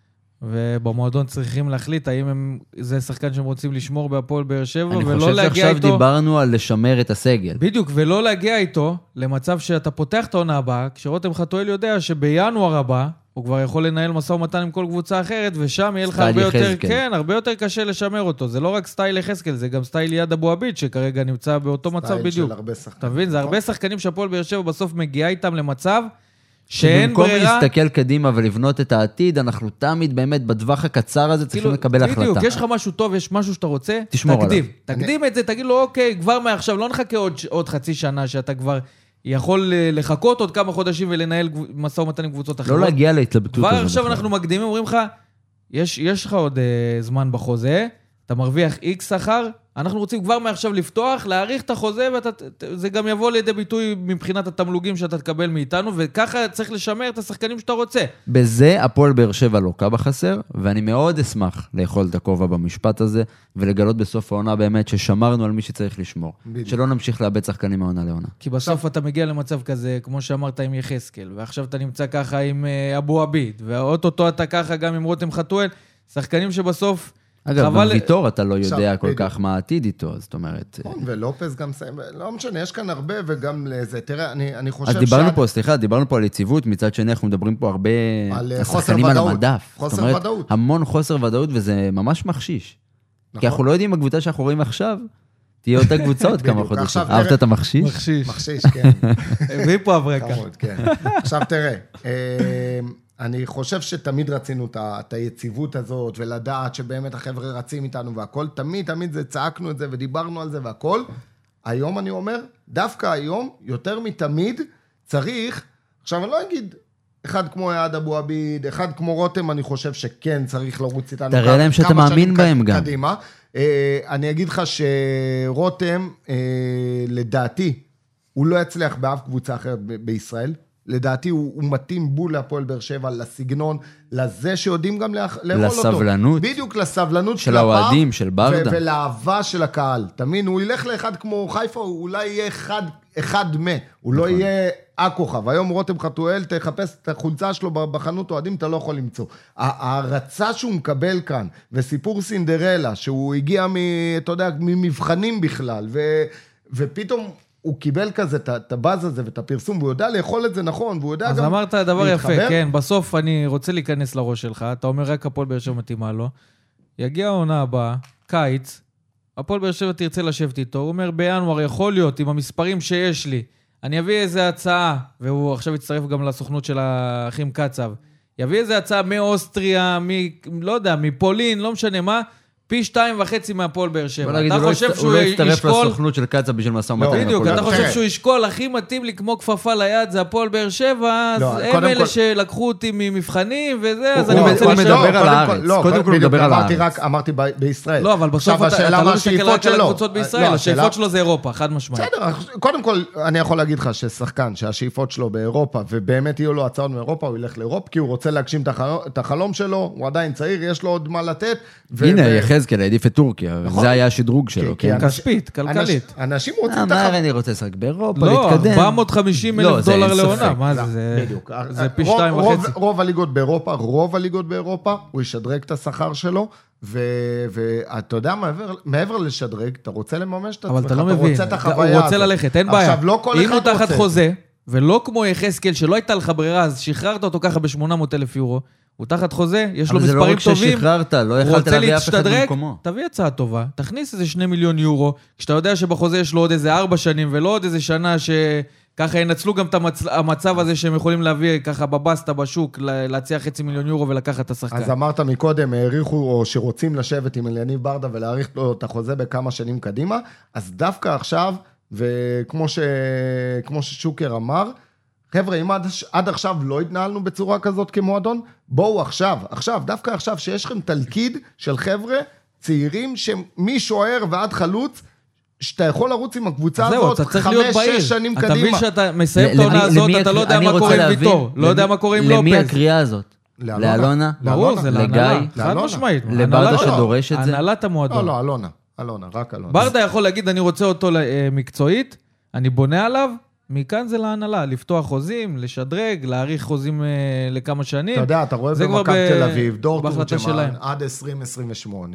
ובמועדון צריכים להחליט האם הם, זה שחקן שהם רוצים לשמור בהפועל באר שבע, ולא להגיע איתו... אני חושב שעכשיו דיברנו על לשמר את הסגל. בדיוק, ולא להגיע איתו למצב שאתה פותח את העונה הבאה, כשרותם חתואל יודע שבינואר הבא, הוא כבר יכול לנהל משא ומתן עם כל קבוצה אחרת, ושם יהיה לך הרבה יותר, כן, הרבה יותר קשה לשמר אותו. זה לא רק סטייל יחזקאל, זה גם סטייל יד אבו עביד, שכרגע נמצא באותו מצב בדיוק. סטייל של הרבה שחקנים. אתה מבין? זה הרבה שחקנים שהפועל באר שבע בסוף מגיעה איתם למצב שאין במקום ברירה... במקום להסתכל קדימה ולבנות את העתיד, אנחנו תמיד באמת בדווח הקצר הזה צריכים לקבל החלטה. בדיוק, יש לך משהו טוב, יש משהו שאתה רוצה, תשמור תקדים. תקדים את זה, תגיד לו, אוקיי, כבר מעכשיו, לא נחכה עוד, עוד חצי שנה שאתה כבר יכול לחכות עוד כמה חודשים ולנהל משא ומתן עם קבוצות אחרות. לא להגיע להתלבטות. כבר עכשיו אנחנו מקדימים, אומרים לך, יש, יש לך עוד uh, זמן בחוזה, אתה מרוויח איקס שכר, אנחנו רוצים כבר מעכשיו לפתוח, להאריך את החוזה, וזה גם יבוא לידי ביטוי מבחינת התמלוגים שאתה תקבל מאיתנו, וככה צריך לשמר את השחקנים שאתה רוצה. בזה הפועל באר שבע לוקה בחסר, ואני מאוד אשמח לאכול את הכובע במשפט הזה, ולגלות בסוף העונה באמת ששמרנו על מי שצריך לשמור. בדיוק. שלא נמשיך לאבד שחקנים מהעונה לעונה. כי בסוף אתה מגיע למצב כזה, כמו שאמרת עם יחזקאל, ועכשיו אתה נמצא ככה עם אבו עביד, ואוטוטו אתה ככה גם עם רותם חתואל, שחקנים שבסוף אגב, גם ויטור אתה לא יודע כל כך מה העתיד איתו, זאת אומרת... ולופס גם, לא משנה, יש כאן הרבה וגם לזה, תראה, אני חושב... אז דיברנו פה, סליחה, דיברנו פה על יציבות, מצד שני אנחנו מדברים פה הרבה... על חוסר ודאות. חוסר ודאות. המון חוסר ודאות, וזה ממש מחשיש. כי אנחנו לא יודעים, הקבוצה שאנחנו רואים עכשיו, תהיה אותה קבוצה עוד כמה חודשים. אהבת את המחשיש? מחשיש. מחשיש, כן. הביא פה הברקה. עכשיו תראה, אני חושב שתמיד רצינו את היציבות הזאת, ולדעת שבאמת החבר'ה רצים איתנו והכל, תמיד, תמיד זה, צעקנו את זה ודיברנו על זה והכל. היום אני אומר, דווקא היום, יותר מתמיד, צריך, עכשיו אני לא אגיד, אחד כמו יעד אבו עביד, אחד כמו רותם, אני חושב שכן צריך לרוץ איתנו. תראה להם שאתה מאמין בהם גם. קדימה. אני אגיד לך שרותם, לדעתי, הוא לא יצליח באף קבוצה אחרת בישראל, לדעתי הוא, הוא מתאים בול להפועל באר שבע, לסגנון, לזה שיודעים גם לאכול אותו. לסבלנות. בדיוק, לסבלנות של האוהדים, של ברדה. ו- ולאהבה של הקהל. תאמין, הוא ילך לאחד כמו חיפה, הוא אולי יהיה אחד, אחד מה, הוא לא יהיה הכוכב. היום רותם חתואל, תחפש את החולצה שלו בחנות אוהדים, אתה לא יכול למצוא. ההרצה שהוא מקבל כאן, וסיפור סינדרלה, שהוא הגיע מ, אתה יודע, ממבחנים בכלל, ו- ופתאום... הוא קיבל כזה את הבאז הזה ואת הפרסום, והוא יודע לאכול את זה נכון, והוא יודע גם... אז אמרת דבר יפה, כן, בסוף אני רוצה להיכנס לראש שלך, אתה אומר רק הפועל באר שבע מתאימה לו, יגיע העונה הבאה, קיץ, הפועל באר שבע תרצה לשבת איתו, הוא אומר בינואר יכול להיות עם המספרים שיש לי, אני אביא איזה הצעה, והוא עכשיו יצטרף גם לסוכנות של האחים קצב, יביא איזה הצעה מאוסטריה, מ... לא יודע, מפולין, לא משנה מה, פי שתיים וחצי מהפועל באר שבע. בוא נגיד, אתה הוא לא חושב יצט- שהוא הוא לא יצטרף ישקול... לסוכנות של קצה בשביל משא ומתן. עם בדיוק, הפועל אתה באר חושב תראה. שהוא ישקול, הכי מתאים לי כמו כפפה ליד, זה הפועל באר שבע, אז לא, הם קודם אלה כל- שלקחו אותי ממבחנים וזה, אז הוא- אני הוא- רוצה הוא לשאול. מדבר על קודם הארץ. כל- לא, קודם כל הוא בדיוק, מדבר על אמרתי הארץ. רק- אמרתי ב- בישראל. לא, אבל בסוף עכשיו, אתה השאלה אתה מה לא מסתכל השאיפות רק על שלו. הקבוצות בישראל, לא, השאיפות השאלה- שלו זה אירופה, חד משמעית. בסדר, קודם כל, אני יכול להגיד לך ששחקן שהשאיפות שלו באירופה, ובאמת יהיו לו הצעות מאירופה, הוא ילך לאירופה, כי הוא רוצה להגשים את החלום- את החלום שלו, הוא עדיין צעיר, יש לו עוד מה לתת. ו- הנה, ו- יחזקאל העדיף את טורקיה, נכון. זה היה השדרוג שלו, כי- כן? כי כספית, כלכלית. אנשים- אנשים רוצים אה, את מה החלום. אני רוצה לשחק באירופה, לא, להתקדם. ארבע מאות וחמישים לא, אלף זה דולר אין לעונה, ספק. מה זה? זה- בדיוק. זה פי רוב- שתיים רוב- וחצי. רוב הליגות באירופה, רוב הליגות באירופה, הוא ישדרג את השכר שלו, ואתה יודע, מעבר- מעבר לשדרג, אתה רוצה לממש את עצמך, אבל אתה לא מבין, רוצה את החוויה הוא רוצה הזאת. ללכת, אין בעיה. עכשיו, לא כל אם אחד הוא תחת רוצה. חוזה, ולא כמו יחזקאל, שלא הייתה לך ברירה, אז שחררת אותו ככה ב-שמונה מאות אלף יורו, הוא תחת חוזה, יש לו אבל זה לא מספרים רק טובים, ששחררת, לא הוא יכלת רוצה להביא אף אחד להשתדרג, במקומו. תביא הצעה טובה, תכניס איזה שני מיליון יורו, כשאתה יודע שבחוזה יש לו עוד איזה ארבע שנים, ולא עוד איזה שנה שככה ינצלו גם את המצ... המצב הזה שהם יכולים להביא ככה בבסטה בשוק, לה- להציע חצי מיליון יורו ולקחת את השחקן. אז אמרת מקודם, העריכו או שרוצים לשבת עם אליניב ברדה ולהעריך לו את החוזה בכמה שנים קדימה, אז דווקא עכשיו, וכמו ש... כמו ששוקר אמר, חבר'ה, אם עד, עד עכשיו לא התנהלנו בצורה כזאת כמועדון, בואו עכשיו, עכשיו, דווקא עכשיו שיש לכם תלכיד של חבר'ה צעירים שמשוער ועד חלוץ, שאתה יכול לרוץ עם הקבוצה זהו, הזאת אתה צריך להיות חמש, בעיר. שש שנים אתה קדימה. מבין שאתה מסיים את למי- העונה הזאת, למי אתה לא הקר- יודע אני מה רוצה קורה עם להבין, ויטור, לא יודע למי- מה קורה עם למי לופז. הקריאה הזאת? לאלונה. לאלונה? ברור, זה לגיא? להנהלה, חד לאלונה. משמעית. לברדה הנהלת- שדורש את זה? הנהלת לא, המועדון. לא, אלונה. אלונה, רק אלונה. ברדה יכול להגיד, אני רוצה אותו אה, מקצועית, אני בונה עליו, מכאן זה להנהלה, לפתוח חוזים, לשדרג, להאריך חוזים אה, לכמה שנים. אתה יודע, אתה רואה זה כבר במכבי ב- תל אביב, דור בהחלטה תורג'מן שלהם. עד עשרים עשרים ושמונה,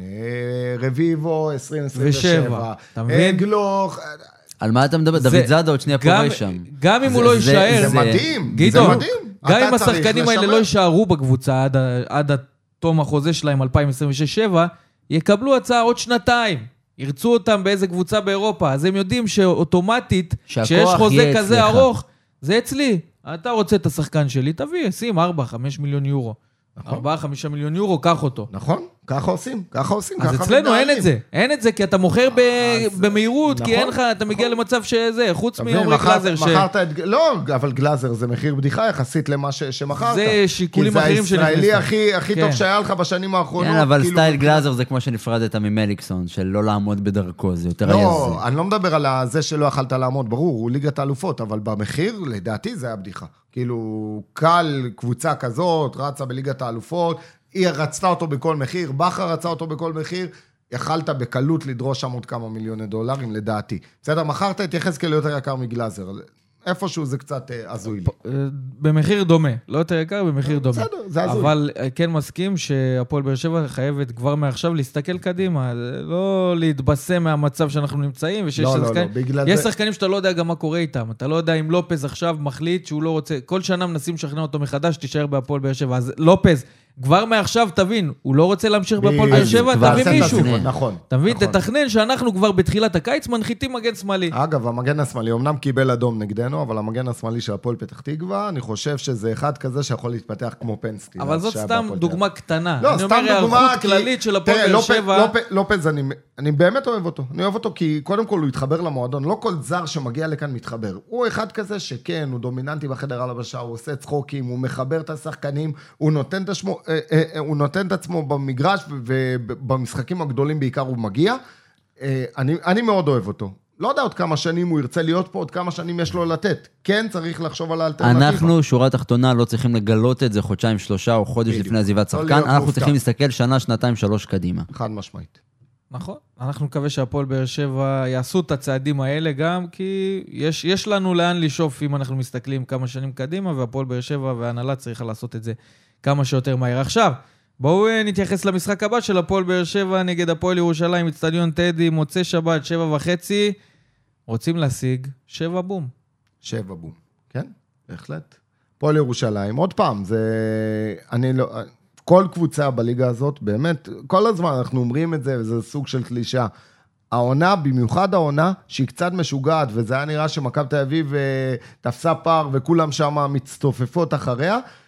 רביבו עשרים עשרים ושבע, ושבע, אתה מבין? גלוך, על מה אתה מדבר? זה- דוד זאדה עוד שנייה גם- פורש שם. גם אם הוא זה- לא זה- יישאר, זה מדהים, זה גדעון, מדהים. גם אתה אם צריך השחקנים האלה לשמר. לא יישארו בקבוצה עד, ה- עד תום החוזה שלהם אלפיים עשרים ושש שבע, יקבלו הצעה עוד שנתיים. ירצו אותם באיזה קבוצה באירופה, אז הם יודעים שאוטומטית, שהכוח שיש חוזה יהיה כזה אצלך. ארוך, זה אצלי. אתה רוצה את השחקן שלי, תביא, שים ארבע חמש מיליון יורו. ארבע חמישה מיליון יורו, קח אותו. נכון, ככה עושים, ככה עושים, אז ככה אצלנו אין מתנהלים. את זה, אין את זה, כי אתה מוכר ב- אז- במהירות, כי נכון, אין לך, אתה מגיע נכון. למצב שזה, חוץ אתה מבין, מעומרי מכרת- גלאזר, ש... מכרת את... לא, אבל גלאזר זה מחיר בדיחה יחסית למה ש- שמכרת. זה שיקולים אחרים כי זה הישראלי שנכנסו. הכי הכי כן. טוב שהיה לך בשנים האחרונות. כן, אבל כאילו, סטייל גלאזר זה כמו שנפרדת ממליקסון, של לא לעמוד בדרכו, זה יותר היה לא, זה. אני לא מדבר על זה שלא יכלת לעמוד, ברור, הוא ליגת האלופות, אבל במחיר, לדעתי, זה היה בדיחה. כאילו, קל, קבוצה כזאת, רצה בליגת האלופות, היא רצתה אותו בכל מחיר, בכר רצה אותו בכל מחיר, יכלת בקלות לדרוש שם עוד כמה מיליוני דולרים, לדעתי. בסדר, מכרת את יחזקאל יותר יקר מגלאזר. איפשהו זה קצת אה, הזוי לי. אה, במחיר דומה, לא יותר יקר, במחיר דומה. בסדר, זה הזוי. אבל אה, כן מסכים שהפועל באר שבע חייבת כבר מעכשיו להסתכל קדימה, לא להתבשם מהמצב שאנחנו נמצאים, ושיש לא, לא, שחקנים, לא, בגלל יש זה- שחקנים שאתה לא יודע גם מה קורה איתם, אתה לא יודע אם לופז עכשיו מחליט שהוא לא רוצה, כל שנה מנסים לשכנע אותו מחדש, תישאר בהפועל באר שבע, אז לופז, כבר מעכשיו תבין, הוא לא רוצה להמשיך בהפועל באר בדיוק, שבע, כבר תביא תעשה את מישהו. הסיבוב, נכון. אתה מבין? נכון. תתכנן שאנחנו כבר בתחילת הקיץ מנחיתים מגן שמאלי. אגב, המגן השמאלי, אמנם קיבל אדום נגדנו, אבל המגן השמאלי של הפועל פתח תקווה, אני חושב שזה אחד כזה שיכול להתפתח כמו פנסטי. אבל זאת שהיה סתם בהפועל דוגמה קטנה. לא, אני סתם אומר, דוגמה, היערכות כי- כללית של הפועל תראה, באר לופ- שבע. לופ- לופז, אני, אני באמת אוהב אותו. אני אוהב אותו כי קודם כל הוא התחבר למועדון. לא כל זר שמגיע לכאן מתחבר. הוא אחד כזה שכן, הוא דומיננטי בחדר הלבשה, הוא עושה צחוקים, הוא מחבר את השחקנים, הוא נותן את, השמו, אה, אה, אה, הוא נותן את עצמו במגרש, ובמשחקים הגדולים בעיקר הוא מגיע. אה, אני, אני מאוד אוהב אותו. לא יודע עוד כמה שנים הוא ירצה להיות פה, עוד כמה שנים יש לו לתת. כן, צריך לחשוב על האלטרנטיבה. אנחנו, שורה תחתונה, לא צריכים לגלות את זה חודשיים, שלושה או חודש בדיוק. לפני עזיבת לא שחקן, להיות אנחנו מופתע. צריכים להסתכל שנה, שנתיים, שלוש קדימה. חד משמעית. נכון. אנחנו מקווה שהפועל באר שבע יעשו את הצעדים האלה גם, כי יש, יש לנו לאן לשאוף אם אנחנו מסתכלים כמה שנים קדימה, והפועל באר שבע וההנהלה צריכה לעשות את זה כמה שיותר מהר. עכשיו, בואו נתייחס למשחק הבא של הפועל באר שבע נגד הפועל ירושלים, אצטדיון טדי, מוצאי שבת, שבע וחצי. רוצים להשיג שבע בום. שבע בום, כן? בהחלט. פועל ירושלים, עוד פעם, זה... אני לא... כל קבוצה בליגה הזאת, באמת, כל הזמן אנחנו אומרים את זה, וזה סוג של קלישה. העונה, במיוחד העונה, שהיא קצת משוגעת, וזה היה נראה שמכבי תל אביב תפסה פער, וכולם שם מצטופפות אחריה,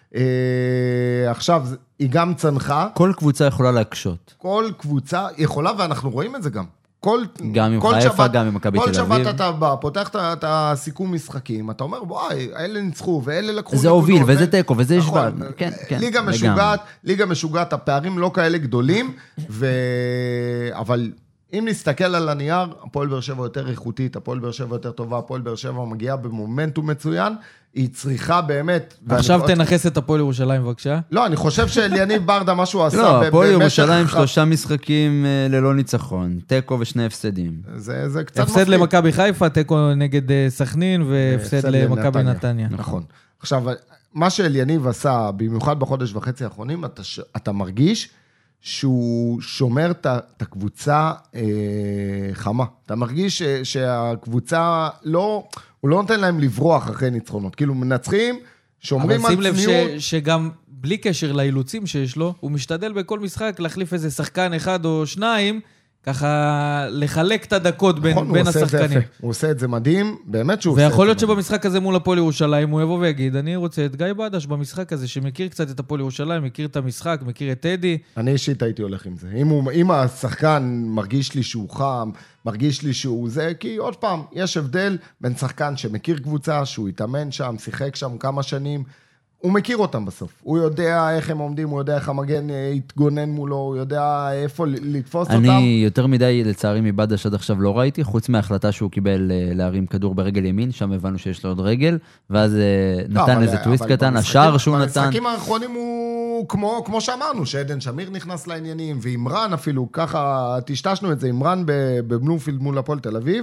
עכשיו, היא גם צנחה. כל קבוצה יכולה להקשות. כל קבוצה יכולה, ואנחנו רואים את זה גם. כל, גם עם כל חיפה, שבת, גם עם מכבי תל אביב. כל שבת אתה בא, פותח את הסיכום משחקים, אתה אומר, וואי, אלה ניצחו, ואלה לקחו... זה הוביל, וזה טקו, וזה ישבט. נכון, כן, כן. ליגה משוגעת, ליגה משוגעת, הפערים לא כאלה גדולים, ו... אבל אם נסתכל על הנייר, הפועל באר שבע יותר איכותית, הפועל באר שבע יותר טובה, הפועל באר שבע מגיעה במומנטום מצוין, היא צריכה באמת... עכשיו תנחס את הפועל ירושלים, בבקשה. לא, אני חושב שאליניב ברדה, מה שהוא עשה... לא, הפועל ירושלים שלושה משחקים ללא ניצחון, טקו ושני הפסדים. זה, זה קצת מפחיד. הפסד למכבי חיפה, טקו נגד סכנין, והפסד למכבי נתניה. נכון. עכשיו, מה שאליניב עשה, במיוחד בחודש וחצי האחרונים, אתה, אתה מרגיש שהוא שומר את הקבוצה אה, חמה. אתה מרגיש ש, שהקבוצה לא... הוא לא נותן להם לברוח אחרי ניצחונות. כאילו מנצחים, שומרים על צניעות. אבל שים לב ש, שגם בלי קשר לאילוצים שיש לו, הוא משתדל בכל משחק להחליף איזה שחקן אחד או שניים, ככה לחלק את הדקות בין, נכון, בין הוא השחקנים. הוא עושה את זה מדהים, באמת שהוא עושה את זה. ויכול להיות שבמשחק הזה מול הפועל ירושלים, הוא יבוא ויגיד, אני רוצה את גיא בדש במשחק הזה, שמכיר קצת את הפועל ירושלים, מכיר את המשחק, מכיר את טדי. אני אישית הייתי הולך עם זה. אם, הוא, אם השחקן מרגיש לי שהוא חם, מרגיש לי שהוא זה, כי עוד פעם, יש הבדל בין שחקן שמכיר קבוצה, שהוא התאמן שם, שיחק שם כמה שנים, הוא מכיר אותם בסוף. הוא יודע איך הם עומדים, הוא יודע איך המגן יתגונן מולו, הוא יודע איפה לתפוס אותם. אני יותר מדי, לצערי, מבדש עד עכשיו לא ראיתי, חוץ מההחלטה שהוא קיבל להרים כדור ברגל ימין, שם הבנו שיש לו עוד רגל, ואז נתן איזה טוויסט קטן, השער שהוא נתן. במשחקים האחרונים הוא, כמו, כמו שאמרנו, שעדן שמיר נכנס לעניינים, ואימרן אפילו, ככה, תשתשנו את זה, אימרן בבלומפילד מול הפועל תל אביב.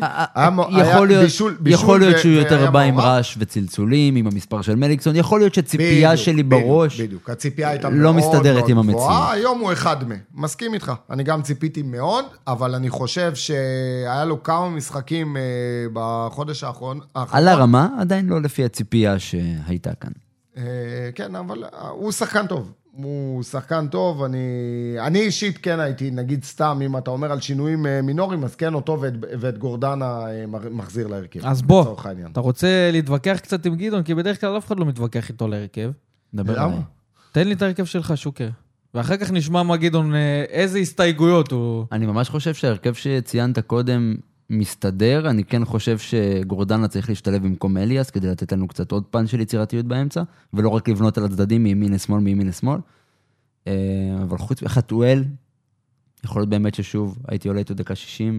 יכול להיות שהוא יותר בא עם רעש וצלצולים, עם המספר של מליקסון, יכול להיות שציפייה שלי בראש בדיוק, הציפייה הייתה מאוד לא מסתדרת עם המציאות. היום הוא אחד מה, מסכים איתך, אני גם ציפיתי מאוד, אבל אני חושב שהיה לו כמה משחקים בחודש האחרון. על הרמה, עדיין לא לפי הציפייה שהייתה כאן. כן, אבל הוא שחקן טוב. הוא שחקן טוב, אני, אני אישית כן הייתי, נגיד סתם, אם אתה אומר על שינויים מינוריים, אז כן אותו ואת, ואת גורדנה מחזיר להרכב. אז בוא, אתה רוצה להתווכח קצת עם גדעון, כי בדרך כלל אף אחד לא מתווכח איתו להרכב. למה? תן לי את ההרכב שלך, שוקר. ואחר כך נשמע מה גדעון, איזה הסתייגויות הוא... אני ממש חושב שההרכב שציינת קודם מסתדר, אני כן חושב שגורדנה צריך להשתלב במקום אליאס, כדי לתת לנו קצת עוד פן של יצירתיות באמצע, ולא רק לבנות על הצדדים מימין לשמאל, מימין לשמאל. אבל חוץ מחתואל, יכול להיות באמת ששוב, הייתי עולה איתו דקה שישים.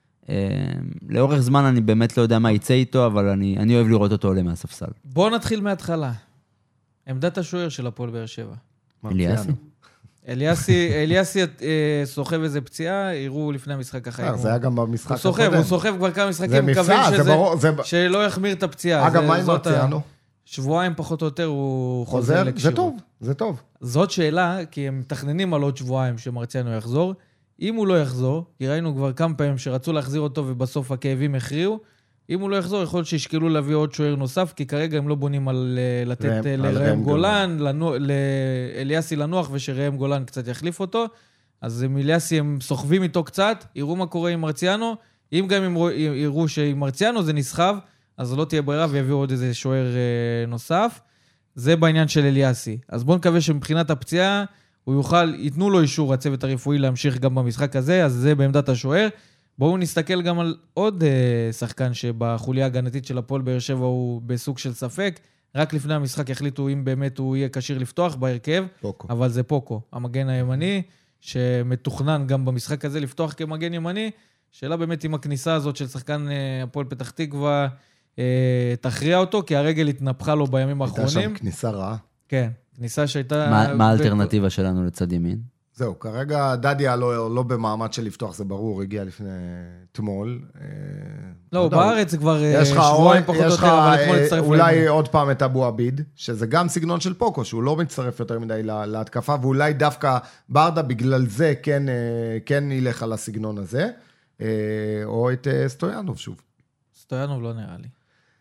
לאורך זמן אני באמת לא יודע מה יצא איתו, אבל אני, אני אוהב לראות אותו עולה מהספסל. בואו נתחיל מההתחלה. עמדת השוער של הפועל באר שבע. אליאסי. אליאסי, אליאסי סוחב איזה פציעה, יראו לפני המשחק החיים. זה היה גם במשחק הקודם. הוא סוחב, הוא סוחב כבר כמה משחקים, מקווים שלא יחמיר את הפציעה. אגב, מה עם מרציאנו? שבועיים פחות או יותר הוא חוזר לכשירות. זה טוב, זה טוב. זאת שאלה, כי הם מתכננים על עוד שבועיים שמרציאנו יחזור. אם הוא לא יחזור, כי ראינו כבר כמה פעמים שרצו להחזיר אותו ובסוף הכאבים הכריעו, אם הוא לא יחזור, יכול להיות שישקלו להביא עוד שוער נוסף, כי כרגע הם לא בונים על לתת לראם גולן, לאליאסי לנוח, ושראם גולן קצת יחליף אותו. אז עם אליאסי הם סוחבים איתו קצת, יראו מה קורה עם מרציאנו. אם גם הם יראו שעם מרציאנו זה נסחב, אז לא תהיה ברירה ויביאו עוד איזה שוער נוסף. זה בעניין של אליאסי. אז בואו נקווה שמבחינת הפציעה, הוא יוכל, ייתנו לו אישור הצוות הרפואי להמשיך גם במשחק הזה, אז זה בעמדת השוער. בואו נסתכל גם על עוד uh, שחקן שבחוליה הגנתית של הפועל באר שבע הוא בסוג של ספק. רק לפני המשחק יחליטו אם באמת הוא יהיה קשיר לפתוח בהרכב. פוקו. אבל זה פוקו, המגן הימני, שמתוכנן גם במשחק הזה לפתוח כמגן ימני. שאלה באמת אם הכניסה הזאת של שחקן uh, הפועל פתח תקווה uh, תכריע אותו, כי הרגל התנפחה לו בימים האחרונים. הייתה שם כניסה רעה. כן, כניסה שהייתה... מה, מה האלטרנטיבה שלנו לצד ימין? זהו, כרגע דדיה לא, לא במעמד של לפתוח, זה ברור, הגיע לפני תמול. לא, בארץ זה כבר שבועיים פחות או יותר, אבל אתמול הצטרף אולי להימון. עוד פעם את אבו עביד, שזה גם סגנון של פוקו, שהוא לא מצטרף יותר מדי להתקפה, ואולי דווקא ברדה בגלל זה כן, כן ילך על הסגנון הזה, או את סטויאנוב שוב. סטויאנוב לא נראה לי.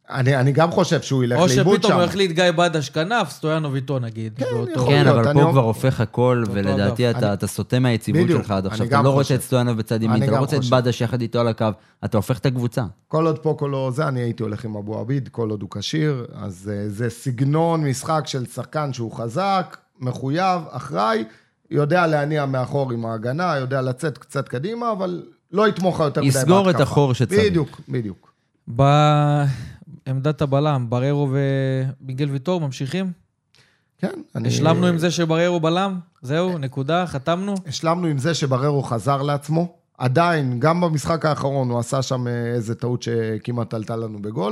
אני, אני גם חושב שהוא ילך לאיבוד שם. או שפתאום הוא החליט גיא בדש כנף, סטויאנוב איתו נגיד. כן, באותו... כן, להיות, אבל פה אני... כבר הופך הכל, ולדעתי אתה, אני... אתה סוטה מהיציבות בדיוק, שלך עד עכשיו. אני אתה לא חושב. רוצה את סטויאנוב בצד ימין, אתה לא רוצה חושב. את בדש יחד איתו על הקו, אתה הופך את הקבוצה. כל עוד פה, כל עוד זה, אני הייתי הולך עם אבו עביד, כל עוד הוא כשיר, אז זה סגנון משחק של שחקן שהוא חזק, מחויב, אחראי, יודע להניע מאחור עם ההגנה, יודע לצאת קצת קדימה, אבל לא יתמוך יותר מדי בהתקפה. יסגור את החור שצריך. בדיוק, בדיוק. בעמדת הבלם, בררו ומיגל ויטור ממשיכים? כן. השלמנו עם זה שבררו בלם? זהו, נקודה, חתמנו? השלמנו עם זה שבררו חזר לעצמו. עדיין, גם במשחק האחרון, הוא עשה שם איזה טעות שכמעט עלתה לנו בגול.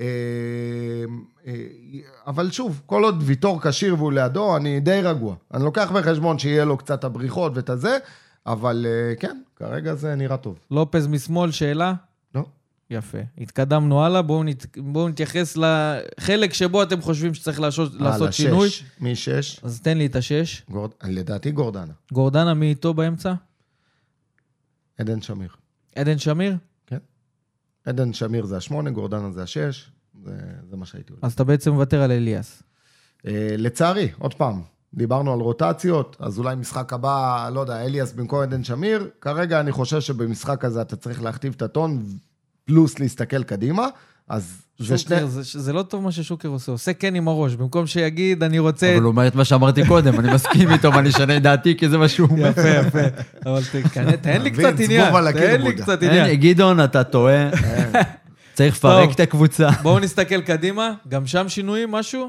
אבל שוב, כל עוד ויטור כשיר והוא לידו, אני די רגוע. אני לוקח בחשבון שיהיה לו קצת הבריחות ואת הזה, אבל כן, כרגע זה נראה טוב. לופז משמאל, שאלה? לא. יפה. התקדמנו הלאה, בואו נת... בוא נתייחס לחלק שבו אתם חושבים שצריך לעשות, לעשות שינוי. מי שש? אז תן לי את השש. גורד... לדעתי גורדנה. גורדנה, מי איתו באמצע? עדן שמיר. עדן שמיר? כן. עדן שמיר זה השמונה, גורדנה זה השש, זה, זה מה שהייתי הולך. אז אתה בעצם מוותר על אליאס. אה, לצערי, עוד פעם, דיברנו על רוטציות, אז אולי משחק הבא, לא יודע, אליאס במקום עדן שמיר, כרגע אני חושב שבמשחק הזה אתה צריך להכתיב את הטון, פלוס להסתכל קדימה, אז זה שני... זה, זה לא טוב מה ששוקר עושה, עושה כן עם הראש, במקום שיגיד, אני רוצה... אבל הוא אומר את מה שאמרתי קודם, אני מסכים איתו, ואני אשנה את דעתי, כי זה מה שהוא אומר. יפה, יפה. אבל תן לי קצת עניין, תן לי קצת עניין. גדעון, אתה טועה. צריך לפרק את הקבוצה. בואו נסתכל קדימה, גם שם שינויים, משהו?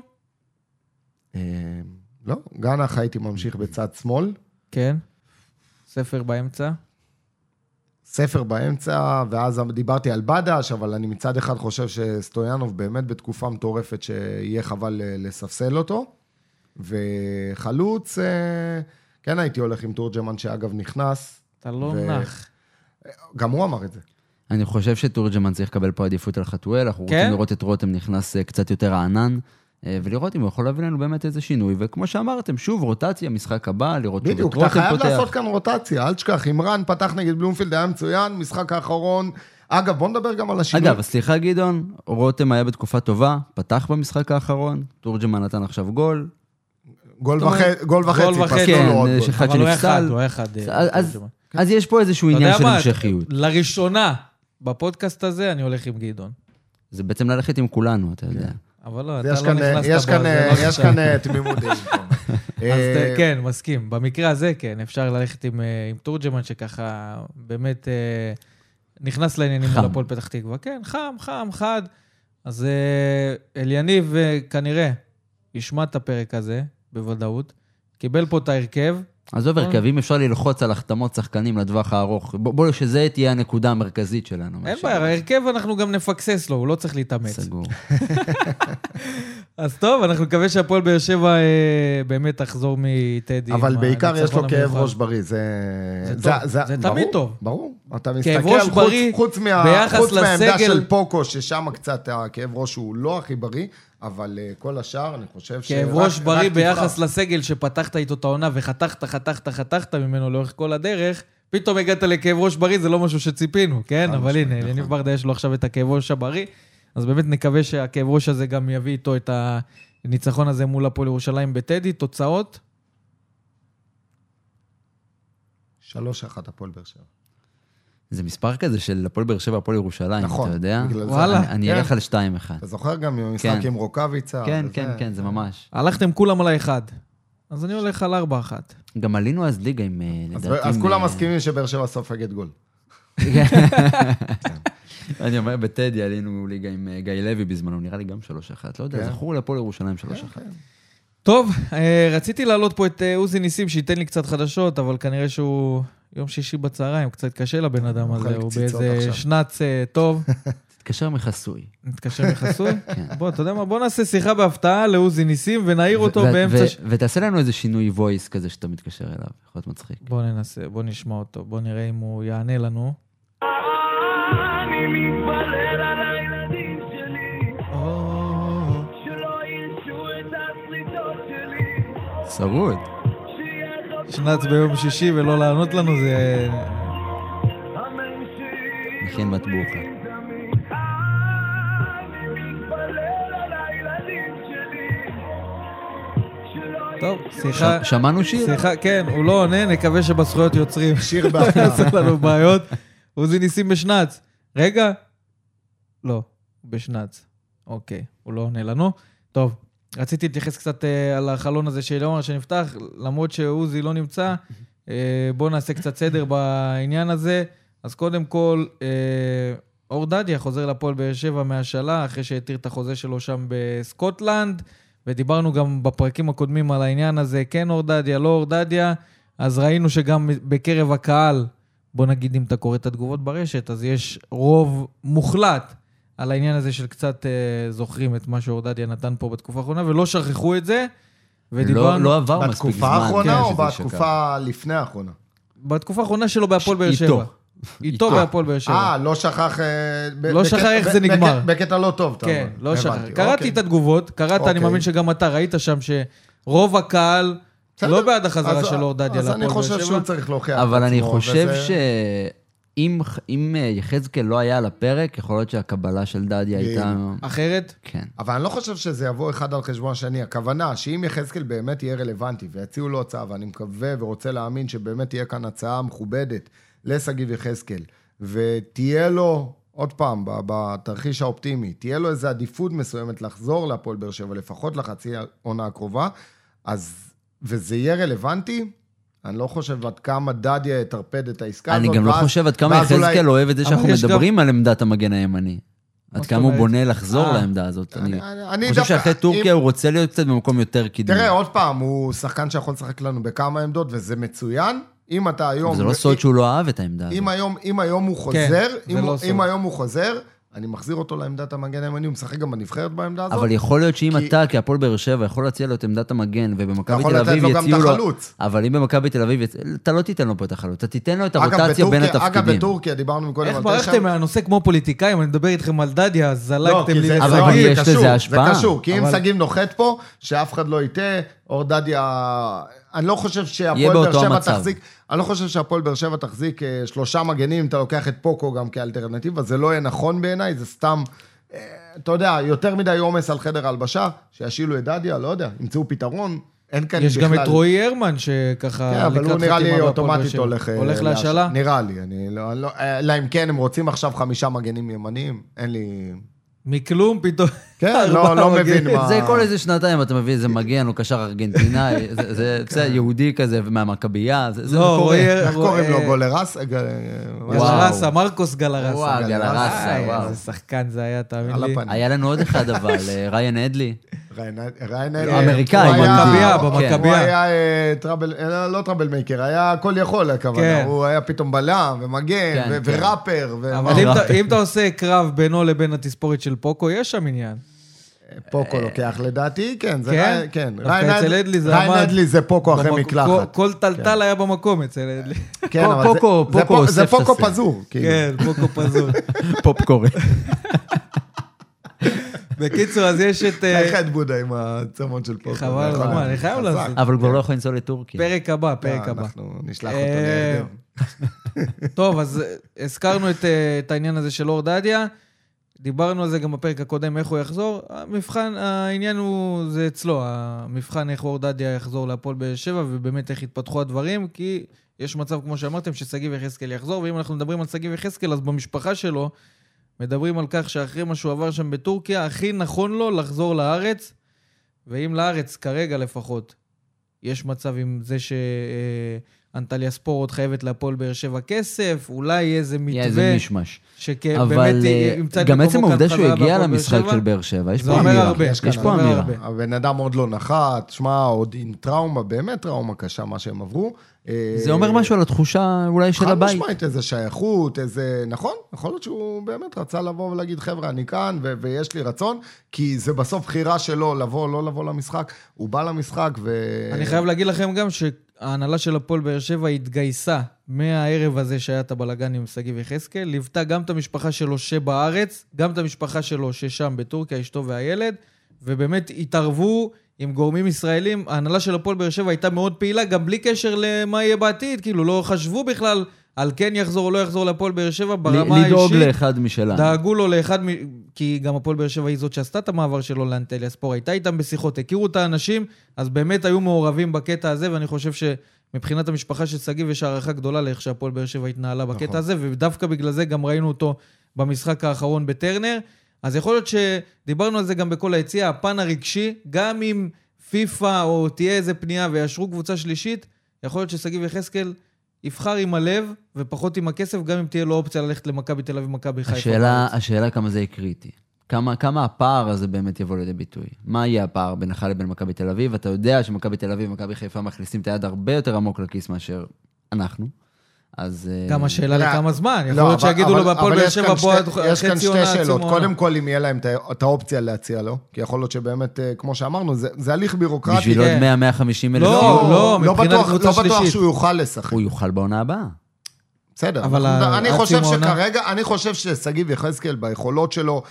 לא, גנח הייתי ממשיך בצד שמאל. כן. ספר באמצע. ספר באמצע, ואז דיברתי על בדש, אבל אני מצד אחד חושב שסטויאנוב באמת בתקופה מטורפת שיהיה חבל לספסל אותו, וחלוץ, כן הייתי הולך עם תורג'מן שאגב נכנס. אתה לא נח. גם הוא אמר את זה. אני חושב שתורג'מן צריך לקבל פה עדיפות על חתואל, אנחנו רוצים לראות את רותם נכנס קצת יותר הענן, ולראות אם הוא יכול להביא לנו באמת איזה שינוי, וכמו שאמרתם, שוב רוטציה, משחק הבא, לראות שוב את רותם פותח. בדיוק, אתה חייב לעשות כאן רוטציה, אל תשכח, אימרן פתח נגד בלומפילד, היה מצוין, משחק האחרון, אגב, בוא נדבר גם על השינוי. אגב, סליחה גדעון, רותם היה בתקופה טובה, פתח במשחק האחרון, תורג'מן נתן עכשיו גול. גול וחצי, גול וחצי, כן, שאחד שנפסל. הוא אחד. אז יש פה איזשהו עניין של המשכיות. לראשונה, בפודקאסט הזה, אני הולך עם גדעון. זה בעצם ללכת עם כולנו, אתה יודע. אבל לא, אתה לא נכנסת בו. יש כאן תמימות דעים. אז כן, מסכים. במקרה הזה, כן, אפשר ללכת עם תורג'מן, שככה באמת נכנס לעניינים על הפועל פתח תקווה. כן, חם, חם, חד. אז אליניב כנראה ישמע את הפרק הזה, בוודאות. קיבל פה את ההרכב. עזוב הרכב, אם אפשר ללחוץ על החתמות שחקנים לטווח הארוך, בואו שזה תהיה הנקודה המרכזית שלנו. אין בעיה, ההרכב אנחנו גם נפקסס לו, הוא לא צריך להתאמץ. סגור. אז טוב, אנחנו מקווה שהפועל באר שבע באמת תחזור מטדי. אבל בעיקר יש לו כאב ראש בריא, זה תמיד טוב. ברור, אתה מסתכל, חוץ מהעמדה של פוקו, ששם קצת הכאב ראש הוא לא הכי בריא, אבל כל השאר, אני חושב ש... כאב ראש בריא ביחס לסגל שפתחת איתו את העונה, וחתכת, חתכת, חתכת ממנו לאורך כל הדרך, פתאום הגעת לכאב ראש בריא, זה לא משהו שציפינו, כן? אבל הנה, יניב ברדה יש לו עכשיו את הכאב ראש הבריא, אז באמת נקווה שהכאב ראש הזה גם יביא איתו את הניצחון הזה מול הפועל ירושלים בטדי. תוצאות? שלוש אחת הפועל באר שבע. זה מספר כזה של הפועל באר שבע, הפועל ירושלים, נכון, אתה יודע? וואלה. אני אלך על שתיים אחד. אתה זוכר גם משחק עם רוקאביצה? כן, כן, כן, זה ממש. הלכתם כולם על האחד. אז אני הולך על ארבע אחת. גם עלינו אז ליגה עם... אז כולם מסכימים שבאר שבע סופגת גול. אני אומר, בטדי עלינו ליגה עם גיא לוי בזמנו, נראה לי גם שלוש אחת. לא יודע, זכור להפועל ירושלים שלוש אחת. טוב, רציתי להעלות פה את עוזי ניסים, שייתן לי קצת חדשות, אבל כנראה שהוא יום שישי בצהריים, קצת קשה לבן אדם הזה, הוא באיזה שנץ טוב. תתקשר מחסוי. נתקשר מחסוי? בוא, אתה יודע מה, בוא נעשה שיחה בהפתעה לעוזי ניסים, ונעיר אותו באמצע... ותעשה לנו איזה שינוי וויס כזה שאתה מתקשר אליו, יכול להיות מצחיק. בוא ננסה, בוא נשמע אותו, בוא נראה אם הוא יענה לנו. אני מתפלל על הילדים שלי, שלא ירשו את הסריטות שלי. שרות. שנץ ביום שישי ולא לענות לנו זה... מכין מטבוחה. טוב, שיחה... ש- שמענו שיר? שיחה, כן, הוא לא עונה, נקווה שבזכויות יוצרים. שיר בהפתעה. יעשו לנו בעיות. עוזי ניסים בשנץ. רגע? לא, בשנץ. אוקיי, הוא לא עונה לנו. טוב, רציתי להתייחס קצת uh, על החלון הזה של עומר שנפתח, למרות שעוזי לא נמצא. Uh, בואו נעשה קצת סדר בעניין הזה. אז קודם כל, uh, אור דדיה חוזר לפועל באר שבע מהשאלה, אחרי שהתיר את החוזה שלו שם בסקוטלנד, ודיברנו גם בפרקים הקודמים על העניין הזה, כן אור דדיה, לא אור דדיה, אז ראינו שגם בקרב הקהל, בוא נגיד אם אתה קורא את התגובות ברשת, אז יש רוב מוחלט על העניין הזה של קצת אה, זוכרים את מה שאור דדיה נתן פה בתקופה האחרונה, ולא שכחו את זה, ודיברנו... לא, לא עבר מספיק זמן. בתקופה האחרונה כן, או שזה בתקופה לפני האחרונה? בתקופה האחרונה שלו בהפועל באר שבע. איתו. איתו בהפועל באר שבע. אה, לא שכח... לא שכח איך זה נגמר. בקטע לא טוב. כן, לא שכח. קראתי את התגובות, קראת, אני מאמין שגם אתה ראית שם שרוב הקהל לא בעד החזרה של אור דדיה אז אני להפועל באר שבע. חושב שהוא צריך להוכיח את עצמו. אבל אני חושב שאם יחזקאל לא היה על הפרק, יכול להיות שהקבלה של דדיה הייתה... אחרת? כן. אבל אני לא חושב שזה יבוא אחד על חשבון השני. הכוונה שאם יחזקאל באמת יהיה רלוונטי, ויציעו לו הצעה, ואני מקווה ורוצה להאמין שבאמת תהיה כאן הצעה מכובדת לסגיב יחזקאל, ותהיה לו, עוד פעם, בתרחיש האופטימי, תהיה לו איזו עדיפות מסוימת לחזור להפועל באר שבע, לפחות לחצי עונה הקרובה, אז, וזה יהיה רלוונטי, אני לא חושב עד כמה דדיה יתרפד את העסקה הזאת. אני גם לא חושב עד כמה יחזקאל אוהב את זה שאנחנו מדברים על עמדת המגן הימני. עד כמה הוא בונה לחזור לעמדה הזאת. אני חושב שאחרי טורקיה הוא רוצה להיות קצת במקום יותר קדמי. תראה, עוד פעם, הוא שחקן שיכול לשחק לנו בכמה עמדות, וזה מצוין. אם אתה היום... זה לא סוד שהוא לא אהב את העמדה הזאת. אם היום הוא חוזר, אם היום הוא חוזר, אני מחזיר אותו לעמדת המגן הימני, הוא משחק גם בנבחרת בעמדה הזאת. אבל יכול להיות שאם אתה, כהפועל באר שבע, יכול להציע לו את עמדת המגן, ובמכבי תל אביב יציעו לו... אבל אם במכבי תל אביב, אתה לא תיתן לו פה את החלוץ, אתה תיתן לו את הרוטציה בין התפקידים. אגב, בטורקיה, דיברנו מקודם על איך ברחתם מהנושא כמו פוליטיקאים, אני מדבר איתכם על דדיה, אז זלגתם לי... אבל יש לזה השפעה. זה קשור, כי אם סגיב נוחת פה, שאף אחד לא יטעה, אור דדיה... אני לא חושב שהפועל באר שבע תחזיק, אני לא חושב שהפועל באר שבע תחזיק שלושה מגנים, אתה לוקח את פוקו גם כאלטרנטיבה, זה לא יהיה נכון בעיניי, זה סתם, אתה יודע, יותר מדי עומס על חדר הלבשה, שישילו את דדיה, לא יודע, ימצאו פתרון, אין כאן בכלל. יש גם את רועי הרמן, שככה... כן, אבל הוא נראה לי אוטומטית הולך... הולך להשאלה? נראה לי, אני לא... אלא אם כן, הם רוצים עכשיו חמישה מגנים ימניים, אין לי... מכלום פתאום. כן, לא, לא מבין מה... זה כל איזה שנתיים, אתה מביא איזה מגן, או קשר ארגנטינאי, זה קצת יהודי כזה, מהמכבייה, זה לא קורה. איך קוראים לו? גולרס? גלרסה, מרקוס גלרסה. וואו, גלרסה, וואו. איזה שחקן זה היה, תאמין לי. היה לנו עוד אחד, אבל, ריין אדלי. ריין אדלי. אמריקאי. במכבייה, במכבייה. הוא היה טראבל, לא טראבל מייקר, היה כל יכול, הכוונה. הוא היה פתאום בלם, ומגן, וראפר. אבל אם אתה עושה קרב בינו לבין התספורת של פוקו, יש שם עניין. פוקו לוקח לדעתי, כן. כן? כן. ריין אדלי זה פוקו אחרי מקלחת. כל טלטל היה במקום אצל אדלי. כן, אבל זה פוקו פזור. כן, פוקו פזור. פופקורן. בקיצור, אז יש את... איך את בודה עם הצמון של פוקו? חבל, אני חייב לעשות. אבל כבר לא יכול לנסוע לטורקיה. פרק הבא, פרק הבא. אנחנו נשלח אותו לירדן. טוב, אז הזכרנו את העניין הזה של אור דדיה. דיברנו על זה גם בפרק הקודם, איך הוא יחזור. המבחן, העניין הוא, זה אצלו, המבחן איך אור דדיה יחזור להפועל באר שבע, ובאמת איך התפתחו הדברים, כי יש מצב, כמו שאמרתם, שסגיב יחזקאל יחזור, ואם אנחנו מדברים על סגיב יחזקאל, אז במשפחה שלו, מדברים על כך שאחרי מה שהוא עבר שם בטורקיה, הכי נכון לו לחזור לארץ, ואם לארץ, כרגע לפחות, יש מצב עם זה ש... אנטליה ספור עוד חייבת להפועל באר שבע כסף, אולי יהיה איזה מתווה. יהיה איזה משמש. אבל גם עצם העובדה שהוא הגיע למשחק של באר שבע, יש פה אמירה. יש פה אמירה. הבן אדם עוד לא נחת, שמה, עוד עם טראומה, באמת טראומה קשה מה שהם עברו. זה אומר משהו על התחושה אולי של הבית. חד משמעית, איזה שייכות, איזה... נכון, יכול להיות שהוא באמת רצה לבוא ולהגיד, חבר'ה, אני כאן, ויש לי רצון, כי זה בסוף בחירה שלו לבוא, לא לבוא למשחק. הוא בא למשחק ו... אני חייב להגיד לכם גם שההנהלה של הפועל באר שבע התגייסה מהערב הזה שהיה את הבלגן עם סגיב יחזקאל, ליוותה גם את המשפחה שלו שבארץ, גם את המשפחה שלו ששם בטורקיה, אשתו והילד, ובאמת התערבו עם גורמים ישראלים. ההנהלה של הפועל באר שבע הייתה מאוד פעילה, גם בלי קשר למה יהיה בעתיד, כאילו לא חשבו בכלל על כן יחזור או לא יחזור לפועל באר שבע ברמה האישית. לדאוג לאחד משלה. דאגו לו לאחד, כי גם הפועל באר שבע היא זאת שעשתה את המעבר שלו לאנטליה ספור, הייתה איתם בשיחות, הכירו את האנשים, אז באמת היו מעורבים בקטע הזה, ואני חושב שמבחינת המשפחה של סגיב יש הערכה גדולה לאיך שהפועל באר שבע התנהלה בקטע הזה, ודווקא בגלל זה גם ראינו אותו במשחק האחרון בטרנר. אז יכול להיות שדיברנו על זה גם בכל היציאה, הפן הרגשי, גם אם פיפה או תהיה איזה פנייה וישרו קבוצה שלישית, יכול להיות שסגיב יחזקאל יבחר עם הלב ופחות עם הכסף, גם אם תהיה לו אופציה ללכת למכבי תל אביב ומכבי חיפה. השאלה, השאלה כמה זה קריטי. כמה, כמה הפער הזה באמת יבוא לידי ביטוי. מה יהיה הפער בינך לבין מכבי תל אביב? אתה יודע שמכבי תל אביב ומכבי חיפה מכניסים את היד הרבה יותר עמוק לכיס מאשר אנחנו. אז... גם השאלה לכמה זמן. יכול להיות שיגידו לו בהפועל באר שבע פה עד חצי עונה. יש כאן שתי שאלות. קודם כל, אם יהיה להם את האופציה להציע לו, כי יכול להיות שבאמת, כמו שאמרנו, זה הליך בירוקרטי. בשביל עוד מאה עד מאה וחמישים אלף. לא, לא, מבחינת קבוצה שלישית. לא בטוח שהוא יוכל לשחק. הוא יוכל בעונה הבאה. בסדר, אבל אני חושב שכרגע, אני חושב שסגיב יחזקאל ביכולות שלו,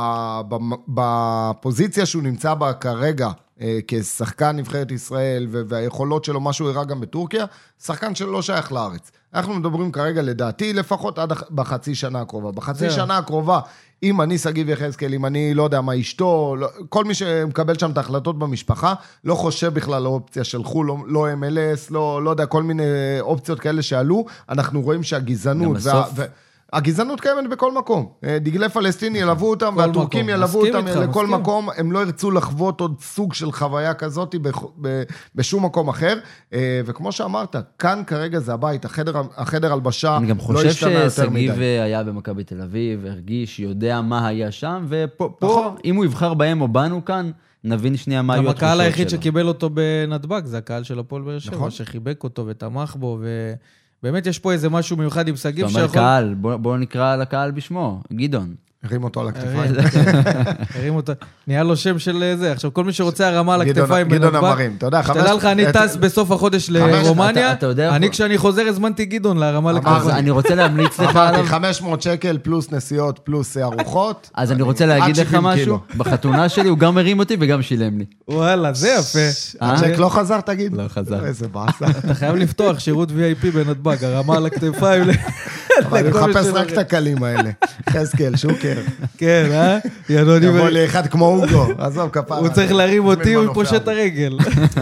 בפוזיציה שהוא נמצא בה כרגע, כשחקן נבחרת ישראל, והיכולות שלו, מה שהוא הראה גם בטורקיה, שחקן שלו לא שייך לארץ. אנחנו מדברים כרגע לדעתי, לפחות עד בחצי שנה הקרובה. בחצי שנה הקרובה, אם אני סגיב יחזקאל, אם אני לא יודע מה אשתו, כל מי שמקבל שם את ההחלטות במשפחה, לא חושב בכלל לאופציה של חול, לא אם אל אס, לא, לא יודע, כל מיני אופציות כאלה שעלו, אנחנו רואים שהגזענות, וה, ו, הגזענות קיימת בכל מקום. דגלי פלסטיני ילוו אותם, והטורקים ילוו אותם לכל מקום, הם לא ירצו לחוות עוד סוג של חוויה כזאת בשום מקום אחר, וכמו שאמרת, כאן כרגע זה הבית, החדר הלבשה אני גם חושב שסגיב היה במכבי תל אביב, הרגיש, יודע מה היה שם, ופה, אם הוא יבחר בהם או בנו כאן, נבין שנייה מה היו התחושות שלו. הקהל היחיד שקיבל אותו בנתב"ג, זה הקהל של הפועל באר שבע, שחיבק אותו ותמך בו, ו... באמת יש פה איזה משהו מיוחד עם סגיב שיכול... זאת אומרת קהל, בוא, בוא נקרא לקהל בשמו, גדעון. הרים אותו על הכתפיים. הרים אותו, נהיה לו שם של זה. עכשיו, כל מי שרוצה הרמה על הכתפיים... גדעון אמרים, אתה יודע, שתדע לך, אני טס בסוף החודש לרומניה, אני כשאני חוזר הזמנתי גדעון להרמה לכתפיים. אני רוצה להמליץ לך עליו... אמרתי, חמש מאות שקל פלוס נסיעות פלוס ארוחות. אז אני רוצה להגיד לך משהו, בחתונה שלי הוא גם הרים אותי וגם שילם לי. וואלה, זה יפה. הצ'ק לא חזר, תגיד? לא חזר. איזה באסה. אתה חייב לפתוח שירות וי איי פי בנתב"ג, הרמה על הכתפיים. אבל אני מחפש רק את הקלים האלה. חזקאל, שוקר. כן, אה? יבוא לי אחד כמו אוגו, עזוב כפרה. הוא צריך להרים אותי, הוא פושט הרגל.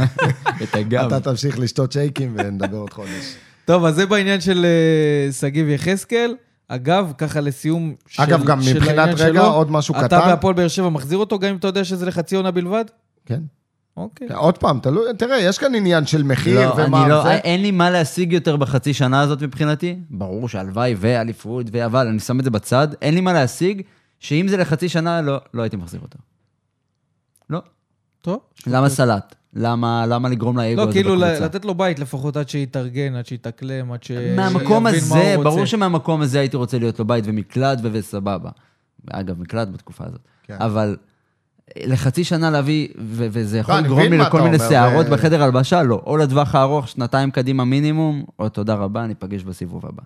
את הגב. אתה תמשיך לשתות שייקים ונדבר עוד חודש. טוב, אז זה בעניין של סגיב יחזקאל. אגב, ככה לסיום של אגב, גם מבחינת רגע, עוד משהו קטן. אתה בהפועל באר שבע מחזיר אותו, גם אם אתה יודע שזה לחצי עונה בלבד? כן. אוקיי. עוד פעם, תראה, יש כאן עניין של מחיר ומה זה. אין לי מה להשיג יותר בחצי שנה הזאת מבחינתי. ברור שהלוואי ואליפות ואבל, אני שם את זה בצד. אין לי מה להשיג, שאם זה לחצי שנה, לא, לא הייתי מחזיר אותו. לא. טוב. למה סלט? למה, למה לגרום לאגו הזה בקבוצה? לא, כאילו לתת לו בית לפחות עד שיתארגן, עד שיתאקלם, עד ש... מהמקום הזה, ברור שמהמקום הזה הייתי רוצה להיות לו בית ומקלט וסבבה. אגב, מקלט בתקופה הזאת. אבל לחצי שנה להביא, וזה יכול לגרום לי לכל מיני שערות בחדר הלבשה, לא. או לטווח הארוך, שנתיים קדימה מינימום, או תודה רבה, ניפגש בסיבוב הבא.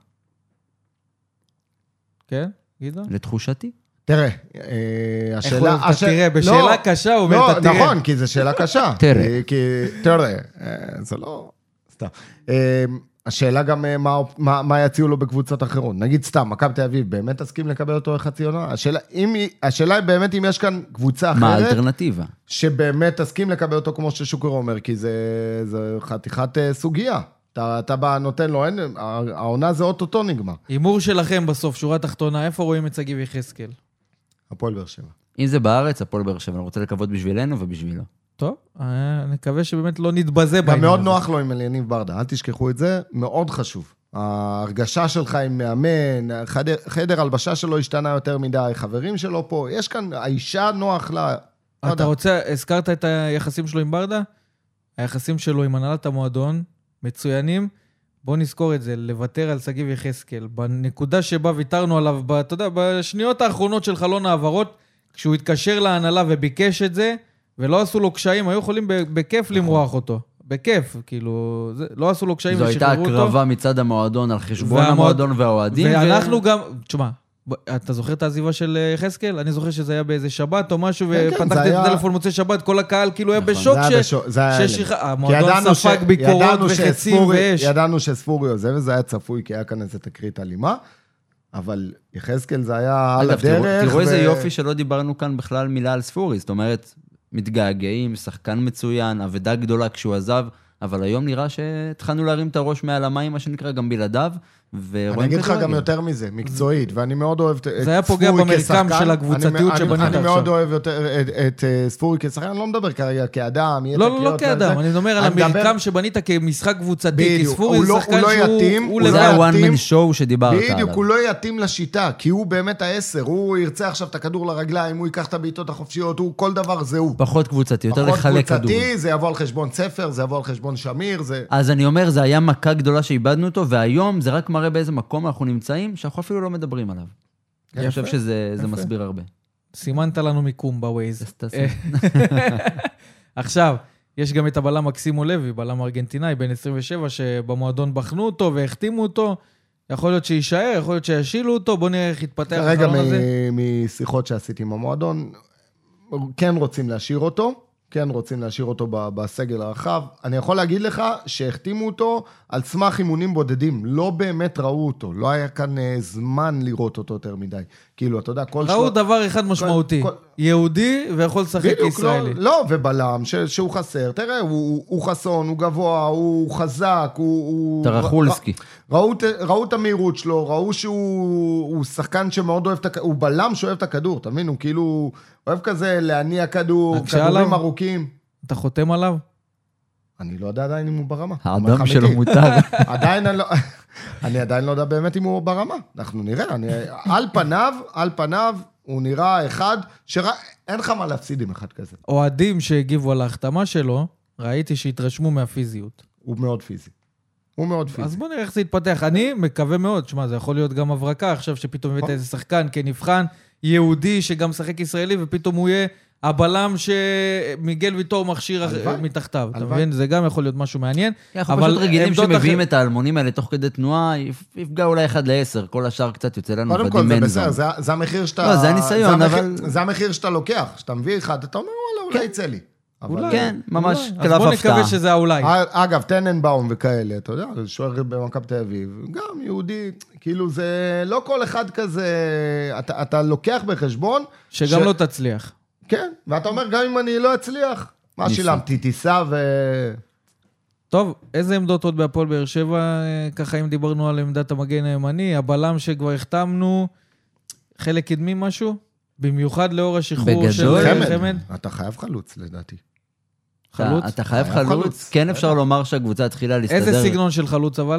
כן? גדעון? לתחושתי. תראה, השאלה... תראה, בשאלה קשה הוא אומר, תראה. נכון, כי זו שאלה קשה. תראה. תראה, זה לא... סתם. השאלה גם מה, מה, מה יציעו לו בקבוצות אחרות. נגיד סתם, מכבי תל אביב, באמת תסכים לקבל אותו חצי עונה? השאלה, אם, השאלה היא באמת אם יש כאן קבוצה אחרת... מה האלטרנטיבה? שבאמת תסכים לקבל אותו כמו ששוקר אומר, כי זה, זה חתיכת סוגיה. אתה, אתה בא, נותן לו, אין, העונה זה אוטוטו נגמר. הימור שלכם בסוף, שורה תחתונה, איפה רואים את סגיב יחזקאל? הפועל באר שבע. אם זה בארץ, הפועל באר שבע. אני רוצה לקוות בשבילנו ובשבילו. טוב, אני מקווה שבאמת לא נתבזה בעניין הזה. גם מאוד נוח לו עם אליניב ברדה, אל תשכחו את זה, מאוד חשוב. ההרגשה שלך עם מאמן, חדר, חדר הלבשה שלו השתנה יותר מדי, חברים שלו פה, יש כאן, האישה נוח לה... אתה רוצה, הזכרת את היחסים שלו עם ברדה? היחסים שלו עם הנהלת המועדון, מצוינים, בוא נזכור את זה, לוותר על סגיב יחזקאל, בנקודה שבה ויתרנו עליו, אתה יודע, בשניות האחרונות של חלון העברות, כשהוא התקשר להנהלה וביקש את זה, ולא עשו לו קשיים, היו יכולים בכיף למרוח אותו. בכיף, כאילו, לא עשו לו קשיים ושחררו אותו. זו הייתה הקרבה מצד המועדון על חשבון המועדון והאוהדים. ואנחנו גם, תשמע, אתה זוכר את העזיבה של יחזקאל? אני זוכר שזה היה באיזה שבת או משהו, ופתחתי את היה... הטלפון מוצא שבת, כל הקהל כאילו היה נכון, בשוק זה ש... זה היה ששיח... המועדון ספג ש... ביקורות וחצים ואש. ידענו שספורי עוזב, וזה היה צפוי, כי היה כאן איזה תקרית אלימה, אבל יחזקאל זה היה על הדרך. תראו, תראו ו... איזה יופי שלא דיברנו כאן בכלל מילה על ספורי, זאת אומרת, מתגעגעים, שחקן מצוין, עבודה גדולה כשהוא עזב, אבל היום נראה שהתחלנו להרים את הראש מעל המים, מה שנקרא, גם בלעדיו, אני אגיד לך גם יותר מזה, מקצועית, ואני מאוד אוהב את ספורי כשחקן. זה היה פוגע במרקם של הקבוצתיות שבנית עכשיו. אני מאוד אוהב את ספורי כשחקן, אני לא מדבר כרגע כאדם. לא, לא כאדם, אני מדבר על המרקם שבנית כמשחק קבוצתי, כי ספורי זה שחקן שהוא לבד. זה ה-one man show שדיברת עליו. בדיוק, הוא לא יתאים לשיטה, כי הוא באמת העשר, הוא ירצה עכשיו את הכדור לרגליים, הוא ייקח את הבעיטות החופשיות, הוא כל דבר זה הוא. פחות קבוצתי, יותר לחלק כדור. פחות קבוצתי, זה יבוא על חשבון ספר, זה יבוא על חשבון שמיר, זה... אז אני אומר, זה היה מכה גדולה שאיבדנו אותו, והיום זה רק מראה באיזה מקום אנחנו נמצאים, שאנחנו אפילו לא מדברים עליו. אני חושב שזה מסביר הרבה. סימנת לנו מיקום בווייז. עכשיו, יש גם את הבלם מקסימו לוי, בלם ארגנטינאי, בן עשרים ושבע, שבמועדון בחנו אותו והחתימו אותו. יכול להיות שישאר, יכול להיות שישילו אותו, בוא נראה איך יתפתח החלום הזה. כרגע משיחות שעשיתי עם המועדון, כן רוצים להשאיר אותו, כן רוצים להשאיר אותו בסגל הרחב. אני יכול להגיד לך שהחתימו אותו על סמך אימונים בודדים, לא באמת ראו אותו, לא היה כאן זמן לראות אותו יותר מדי. כאילו, אתה יודע, כל... ראו דבר אחד משמעותי, יהודי ויכול לשחק ישראלי. לא, ובלם שהוא חסר, תראה, הוא חסון, הוא גבוה, הוא חזק, הוא... תרחולסקי. ראו את המהירות שלו, ראו שהוא שחקן שמאוד אוהב את הכדור, הוא בלם שאוהב את הכדור, תבין, הוא כאילו אוהב כזה להניע כדור, כדורים ארוכים. אתה חותם עליו? אני לא יודע עדיין אם הוא ברמה. האדם שלו מותר. עדיין אני לא... אני עדיין לא יודע באמת אם הוא ברמה. אנחנו נראה, אני... על פניו, על פניו, הוא נראה אחד, שאין לך מה להפסיד עם אחד כזה. אוהדים שהגיבו על ההחתמה שלו, ראיתי שהתרשמו מהפיזיות. הוא מאוד פיזי. הוא מאוד פיזי. אז בוא נראה איך זה יתפתח. אני מקווה מאוד, שמה, זה יכול להיות גם הברקה, עכשיו שפתאום הבאת איזה שחקן, כנבחן יהודי שגם שחק ישראלי, ופתאום הוא יהיה הבלם שמיגל ויטור מכשיר מתחתיו. אתה מבין? זה גם יכול להיות משהו מעניין. אנחנו פשוט רגילים שמביאים את האלמונים האלה תוך כדי תנועה, יפגע אולי אחד לעשר, כל השאר קצת יוצא לנו קודם כל, זה בסדר, זה המחיר שאתה... לא, זה הניסיון, אבל... זה המחיר שאתה לוקח, שאתה מביא אחד, אתה אומר, וואלה, אולי יצא לי. כן, ממש קלף הפתעה. אז בוא נקווה שזה האולי. אגב, טננבאום וכאלה, אתה יודע, שוער במכבי תל אביב, גם יהודי, כאילו זה לא כל אחד כזה, אתה לוקח בחשבון... שגם לא תצליח. כן, ואתה אומר, גם אם אני לא אצליח, מה שילמתי, טיסה ו... טוב, איזה עמדות עוד בהפועל באר שבע, ככה אם דיברנו על עמדת המגן הימני, הבלם שכבר החתמנו, חלק קדמי משהו? במיוחד לאור השחרור של חמד? אתה חייב חלוץ, לדעתי. חלוץ? אתה חייב חלוץ? כן אפשר לומר שהקבוצה התחילה להסתדר. איזה סגנון של חלוץ אבל?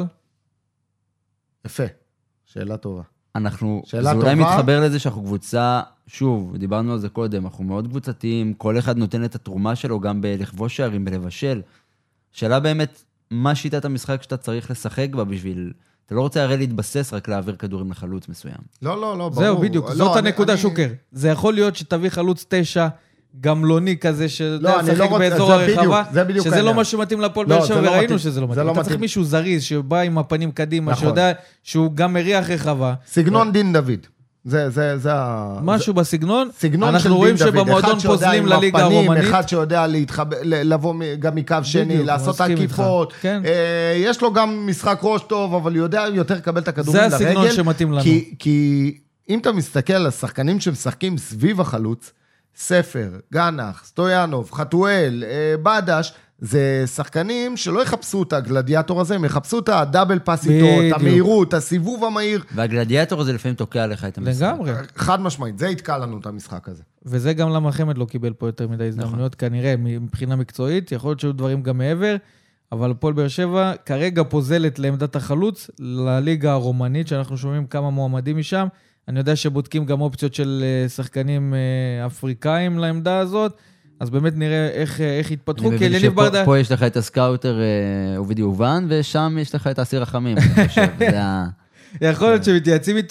יפה, שאלה טובה. אנחנו, זה אולי מתחבר לזה שאנחנו קבוצה, שוב, דיברנו על זה קודם, אנחנו מאוד קבוצתיים, כל אחד נותן את התרומה שלו גם בלכבוש שערים, בלבשל. שאלה באמת, מה שיטת המשחק שאתה צריך לשחק בה בשביל... אתה לא רוצה הרי להתבסס רק להעביר כדורים לחלוץ מסוים. לא, לא, לא, ברור. זהו, בדיוק, זאת הנקודה שוקר. זה יכול להיות שתביא חלוץ תשע, גמלוני כזה, ששחק באזור הרחבה, שזה לא מה שמתאים לפועל באר שבע, וראינו שזה לא מתאים. אתה צריך מישהו זריז, שבא עם הפנים קדימה, שיודע שהוא גם מריח רחבה. סגנון דין דוד. זה, זה, זה ה... משהו בסגנון. אנחנו רואים שבמועדון פוזלים לליגה הרומנית. אחד שיודע לבוא גם מקו שני, לעשות עקיפות. יש לו גם משחק ראש טוב, אבל יודע יותר לקבל את הכדורים לרגל. זה הסגנון שמתאים לנו. כי אם אתה מסתכל על השחקנים שמשחקים סביב החלוץ, ספר, גנח, סטויאנוב, חתואל, בדש, זה שחקנים שלא יחפשו את הגלדיאטור הזה, הם יחפשו את הדאבל פס איתו, את המהירות, הסיבוב המהיר. והגלדיאטור הזה לפעמים תוקע עליך את המשחק. לגמרי. חד משמעית, זה יתקע לנו את המשחק הזה. וזה גם למה חמד לא קיבל פה יותר מדי הזדמנויות, כנראה, מבחינה מקצועית, יכול להיות שהיו דברים גם מעבר, אבל הפועל באר שבע כרגע פוזלת לעמדת החלוץ, לליגה הרומנית, שאנחנו שומעים כמה מועמדים משם. אני יודע שבודקים גם אופציות של שחקנים אפריקאים לעמדה הזאת, אז באמת נראה איך, איך יתפתחו, כי אליניב ברדה... פה יש לך את הסקאוטר עובדי אובן, ושם יש לך את האסיר החמים, אני חושב. זה ה... יכול להיות שמתייעצים איתו,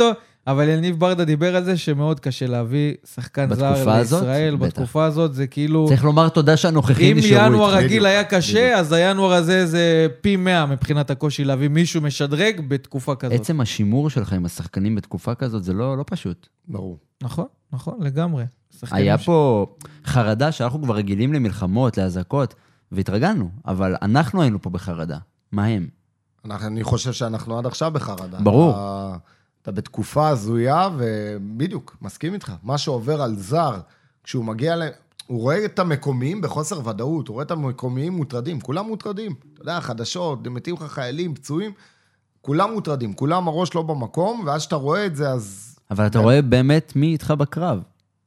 אבל יניב ברדה דיבר על זה שמאוד קשה להביא שחקן זר לישראל. בתקופה הזאת זה כאילו... צריך לומר תודה שהנוכחים נשארו איתך. אם ינואר רגיל היה קשה, אז הינואר הזה זה פי מאה מבחינת הקושי להביא מישהו משדרג בתקופה כזאת. עצם השימור שלך עם השחקנים בתקופה כזאת, זה לא, לא פשוט. ברור. נכון, נכון, לגמרי. היה פה חרדה שאנחנו כבר רגילים למלחמות, להזעקות, והתרגלנו, אבל אנחנו היינו פה בחרדה. מה הם? אני חושב שאנחנו עד עכשיו בחרדה. ברור. אתה, אתה בתקופה הזויה, ובדיוק, מסכים איתך. מה שעובר על זר, כשהוא מגיע ל... הוא רואה את המקומיים בחוסר ודאות, הוא רואה את המקומיים מוטרדים, כולם מוטרדים. אתה יודע, חדשות, מתים לך חיילים, פצועים, כולם מוטרדים, כולם הראש לא במקום, ואז שאתה רואה את זה, אז... אבל אתה רואה באמת מי איתך בקרב.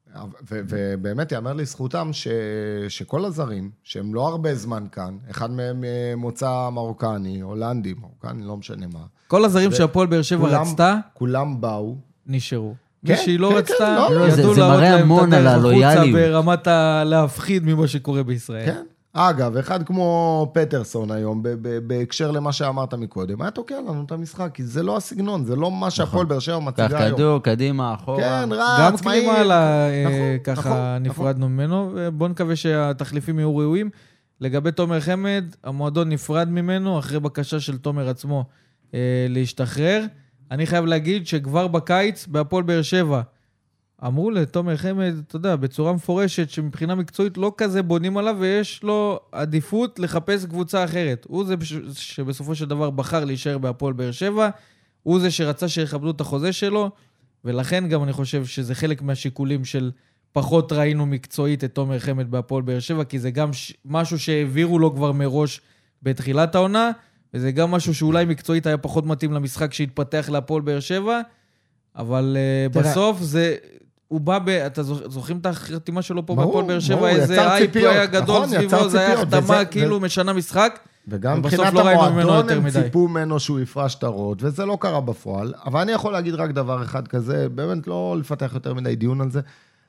ובאמת יאמר לזכותם ש... שכל הזרים, שהם לא הרבה זמן כאן, אחד מהם מוצא מרוקני, הולנדי, מרוקני, לא משנה מה. כל הזרים שהפועל באר שבע רצתה, כולם באו. נשארו. מי שהיא לא רצתה, ידעו להראות להם את הדרך החוצה ברמת להפחיד ממה שקורה בישראל. כן. אגב, אחד כמו פטרסון היום, בהקשר למה שאמרת מקודם, היה תוקע לנו את המשחק, כי זה לא הסגנון, זה לא מה שהפועל באר שבע מציגה היום. כך כדור, קדימה, אחורה. כן, רץ, גם קלימה, ככה נפרדנו ממנו, ובואו נקווה שהתחליפים יהיו ראויים. לגבי תומר חמד, המועדון נפרד ממנו, אחרי בקשה של תומר עצמו להשתחרר. אני חייב להגיד שכבר בקיץ, בהפועל באר שבע, אמרו לתומר חמד, אתה יודע, בצורה מפורשת, שמבחינה מקצועית לא כזה בונים עליו, ויש לו עדיפות לחפש קבוצה אחרת. הוא זה שבסופו של דבר בחר להישאר בהפועל באר שבע, הוא זה שרצה שיכבדו את החוזה שלו, ולכן גם אני חושב שזה חלק מהשיקולים של פחות ראינו מקצועית את תומר חמד בהפועל באר שבע, כי זה גם משהו שהעבירו לו כבר מראש בתחילת העונה, וזה גם משהו שאולי מקצועית היה פחות מתאים למשחק שהתפתח להפועל באר שבע, אבל uh, בסוף זה... הוא בא ב... אתה זוכרים את החתימה שלו פה בהפועל באר שבע, איזה אייפ היה גדול סביבו, זה היה חתמה כאילו משנה משחק, וגם מבחינת המועדון הם ציפו ממנו שהוא יפרש את הראש, וזה לא קרה בפועל, אבל אני יכול להגיד רק דבר אחד כזה, באמת לא לפתח יותר מדי דיון על זה,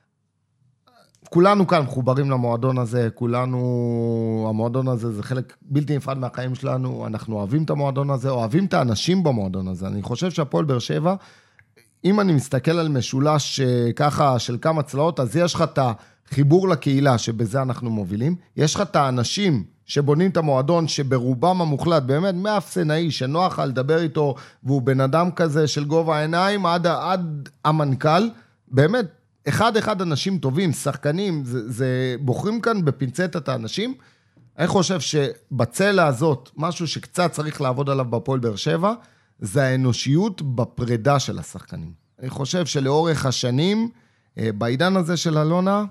כולנו כאן מחוברים למועדון הזה, כולנו, המועדון הזה זה חלק בלתי נפרד מהחיים שלנו, אנחנו אוהבים את המועדון הזה, אוהבים את האנשים במועדון הזה, אני חושב שהפועל באר שבע, אם אני מסתכל על משולש ככה של כמה צלעות, אז יש לך את החיבור לקהילה שבזה אנחנו מובילים, יש לך את האנשים שבונים את המועדון שברובם המוחלט, באמת מאפסנאי שנוח על לדבר איתו, והוא בן אדם כזה של גובה העיניים עד, עד המנכ"ל, באמת אחד אחד אנשים טובים, שחקנים, זה, זה בוחרים כאן בפינצטת את האנשים, אני חושב שבצלע הזאת, משהו שקצת צריך לעבוד עליו בפועל באר שבע, זה האנושיות בפרידה של השחקנים. אני חושב שלאורך השנים, בעידן הזה של אלונה,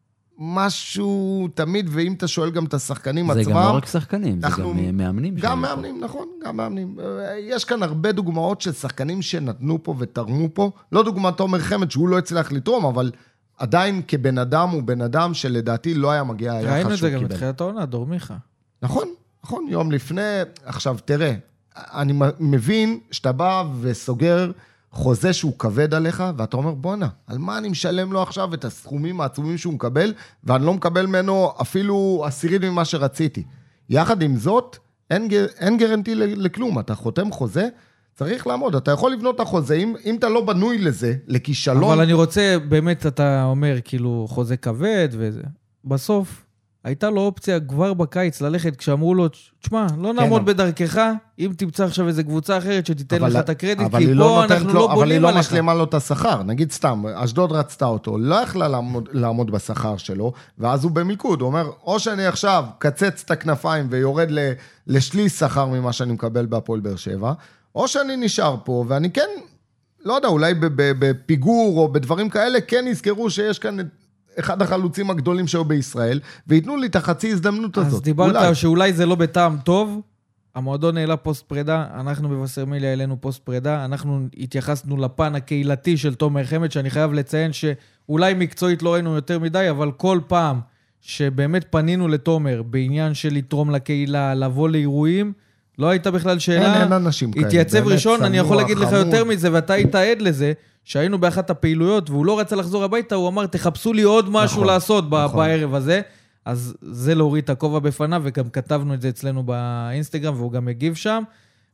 משהו תמיד, ואם אתה שואל גם את השחקנים עצמם... זה גם לא רק שחקנים, אנחנו, זה גם מאמנים. גם מאמנים, פה. נכון, גם מאמנים. יש כאן הרבה דוגמאות של שחקנים שנתנו פה ותרמו פה, לא דוגמת תומר חמד, שהוא לא הצליח לתרום, אבל עדיין כבן אדם הוא בן אדם שלדעתי לא היה מגיע היחס שהוא קיבל. ראינו את זה גם בתחילת העונה, דור מיכה. נכון, נכון, יום לפני, עכשיו תראה, אני מבין שאתה בא וסוגר חוזה שהוא כבד עליך, ואתה אומר, בונה, על מה אני משלם לו עכשיו את הסכומים העצומים שהוא מקבל, ואני לא מקבל ממנו אפילו עשירית ממה שרציתי. יחד עם זאת, אין, אין גרנטי לכלום, אתה חותם חוזה, צריך לעמוד, אתה יכול לבנות את החוזה, אם, אם אתה לא בנוי לזה, לכישלון... אבל אני רוצה, באמת אתה אומר, כאילו, חוזה כבד וזה, בסוף... הייתה לו אופציה כבר בקיץ ללכת, כשאמרו לו, תשמע, לא נעמוד בדרכך, אם תמצא עכשיו איזו קבוצה אחרת שתיתן לך את הקרדיט, כי פה אנחנו לא בונים עליך. אבל היא לא משלימה לו את השכר, נגיד סתם, אשדוד רצתה אותו, לא יכלה לעמוד בשכר שלו, ואז הוא במיקוד, הוא אומר, או שאני עכשיו קצץ את הכנפיים ויורד לשליש שכר ממה שאני מקבל בהפועל באר שבע, או שאני נשאר פה, ואני כן, לא יודע, אולי בפיגור או בדברים כאלה, כן יזכרו שיש כאן אחד החלוצים הגדולים שהיו בישראל, ויתנו לי את החצי הזדמנות הזאת. אז דיברת אולי. שאולי זה לא בטעם טוב, המועדון העלה פוסט פרידה, אנחנו בווסרמיליה העלינו פוסט פרידה, אנחנו התייחסנו לפן הקהילתי של תומר חמד, שאני חייב לציין שאולי מקצועית לא ראינו יותר מדי, אבל כל פעם שבאמת פנינו לתומר, בעניין של לתרום לקהילה, לבוא לאירועים, לא הייתה בכלל שאלה. אין, אין אנשים כאלה. התייצב ראשון, אני יכול להגיד לך יותר מזה, ואתה היית עד לזה, שהיינו באחת הפעילויות, והוא לא רצה לחזור הביתה, הוא אמר, תחפשו לי עוד משהו נכון, לעשות נכון. בערב הזה, אז זה להוריד את הכובע בפניו, וגם כתבנו את זה אצלנו באינסטגרם, והוא גם הגיב שם,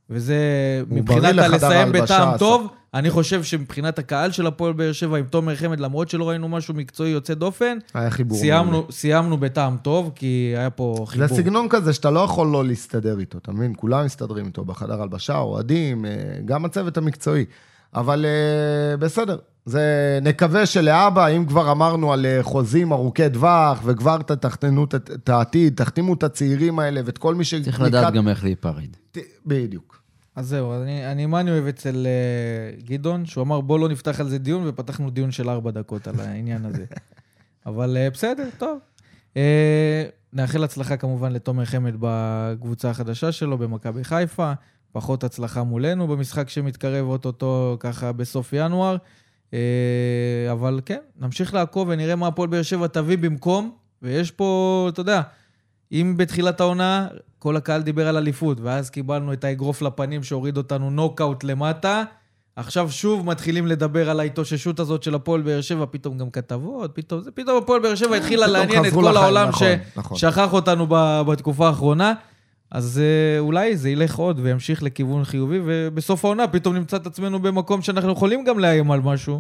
וזה הוא מבחינת בריא לחדר לסיים ההלבשה, בטעם אסף. טוב. אני חושב שמבחינת הקהל של הפועל באר שבע, עם תומר חמד, למרות שלא ראינו משהו מקצועי יוצא דופן, היה חיבור. סיימנו, סיימנו בטעם טוב, כי היה פה חיבור. זה סגנון כזה שאתה לא יכול לא להסתדר איתו, אתה מבין? כולם מסתדרים איתו בחדר הלבשה, אוהדים, גם הצוות המקצועי. אבל בסדר, זה נקווה שלאבא, אם כבר אמרנו על חוזים ארוכי טווח, וכבר תחתנו את העתיד, תחתימו את הצעירים האלה, ואת כל מי ש... צריך לדעת גם איך להיפרד. בדיוק. אז זהו, אני, אני מה אני אוהב אצל uh, גדעון, שהוא אמר בוא לא נפתח על זה דיון, ופתחנו דיון של ארבע דקות על העניין הזה. אבל uh, בסדר, טוב. Uh, נאחל הצלחה כמובן לתומר חמד בקבוצה החדשה שלו, במכבי חיפה, פחות הצלחה מולנו במשחק שמתקרב אותו ככה בסוף ינואר, uh, אבל כן, נמשיך לעקוב ונראה מה הפועל באר שבע תביא במקום, ויש פה, אתה יודע, אם בתחילת העונה כל הקהל דיבר על אליפות, ואז קיבלנו את האגרוף לפנים שהוריד אותנו נוקאוט למטה, עכשיו שוב מתחילים לדבר על ההתאוששות הזאת של הפועל באר שבע, פתאום גם כתבות, פתאום, זה, פתאום הפועל באר שבע התחילה לעניין את כל העולם ששכח אותנו בתקופה האחרונה, אז אולי זה ילך עוד וימשיך לכיוון חיובי, ובסוף העונה פתאום נמצא את עצמנו במקום שאנחנו יכולים גם לאיים על משהו,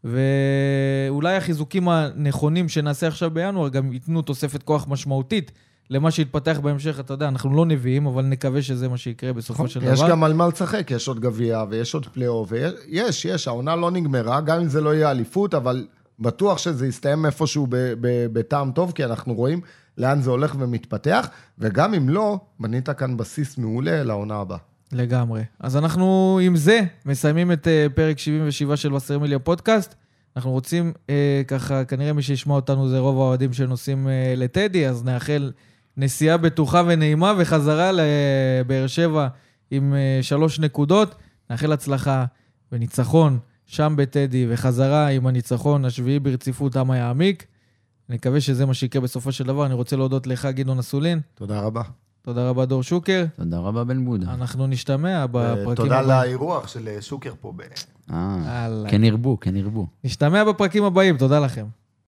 ואולי החיזוקים הנכונים שנעשה עכשיו בינואר גם ייתנו תוספת כוח משמעותית, למה שהתפתח בהמשך, אתה יודע, אנחנו לא נביאים, אבל נקווה שזה מה שיקרה בסופו של דבר. יש גם על מה לשחק, יש עוד גביע, ויש עוד פלייאוף, ויש, יש, העונה לא נגמרה, גם אם זה לא יהיה אליפות, אבל בטוח שזה יסתיים איפשהו בטעם טוב, כי אנחנו רואים לאן זה הולך ומתפתח, וגם אם לא, בנית כאן בסיס מעולה לעונה הבאה. לגמרי. אז אנחנו עם זה מסיימים את פרק שבעים ושבע של וסרמיליה פודקאסט. אנחנו רוצים, ככה, כנראה מי שישמע אותנו זה רוב האוהדים שנוסעים לטדי, אז נאחל נסיעה בטוחה ונעימה, וחזרה לבאר שבע עם שלוש נקודות. נאחל הצלחה וניצחון שם בטדי, וחזרה עם הניצחון השביעי ברציפות עם היעמיק. נקווה שזה מה שיקרה בסופו של דבר. אני רוצה להודות לך, גדעון אסולין. תודה רבה. תודה רבה, דור שוקר. תודה רבה, בן בודה. אנחנו נשתמע בפרקים... תודה לאירוח של שוקר פה. אה, כן ירבו, כן ירבו. נשתמע בפרקים הבאים, תודה לכם.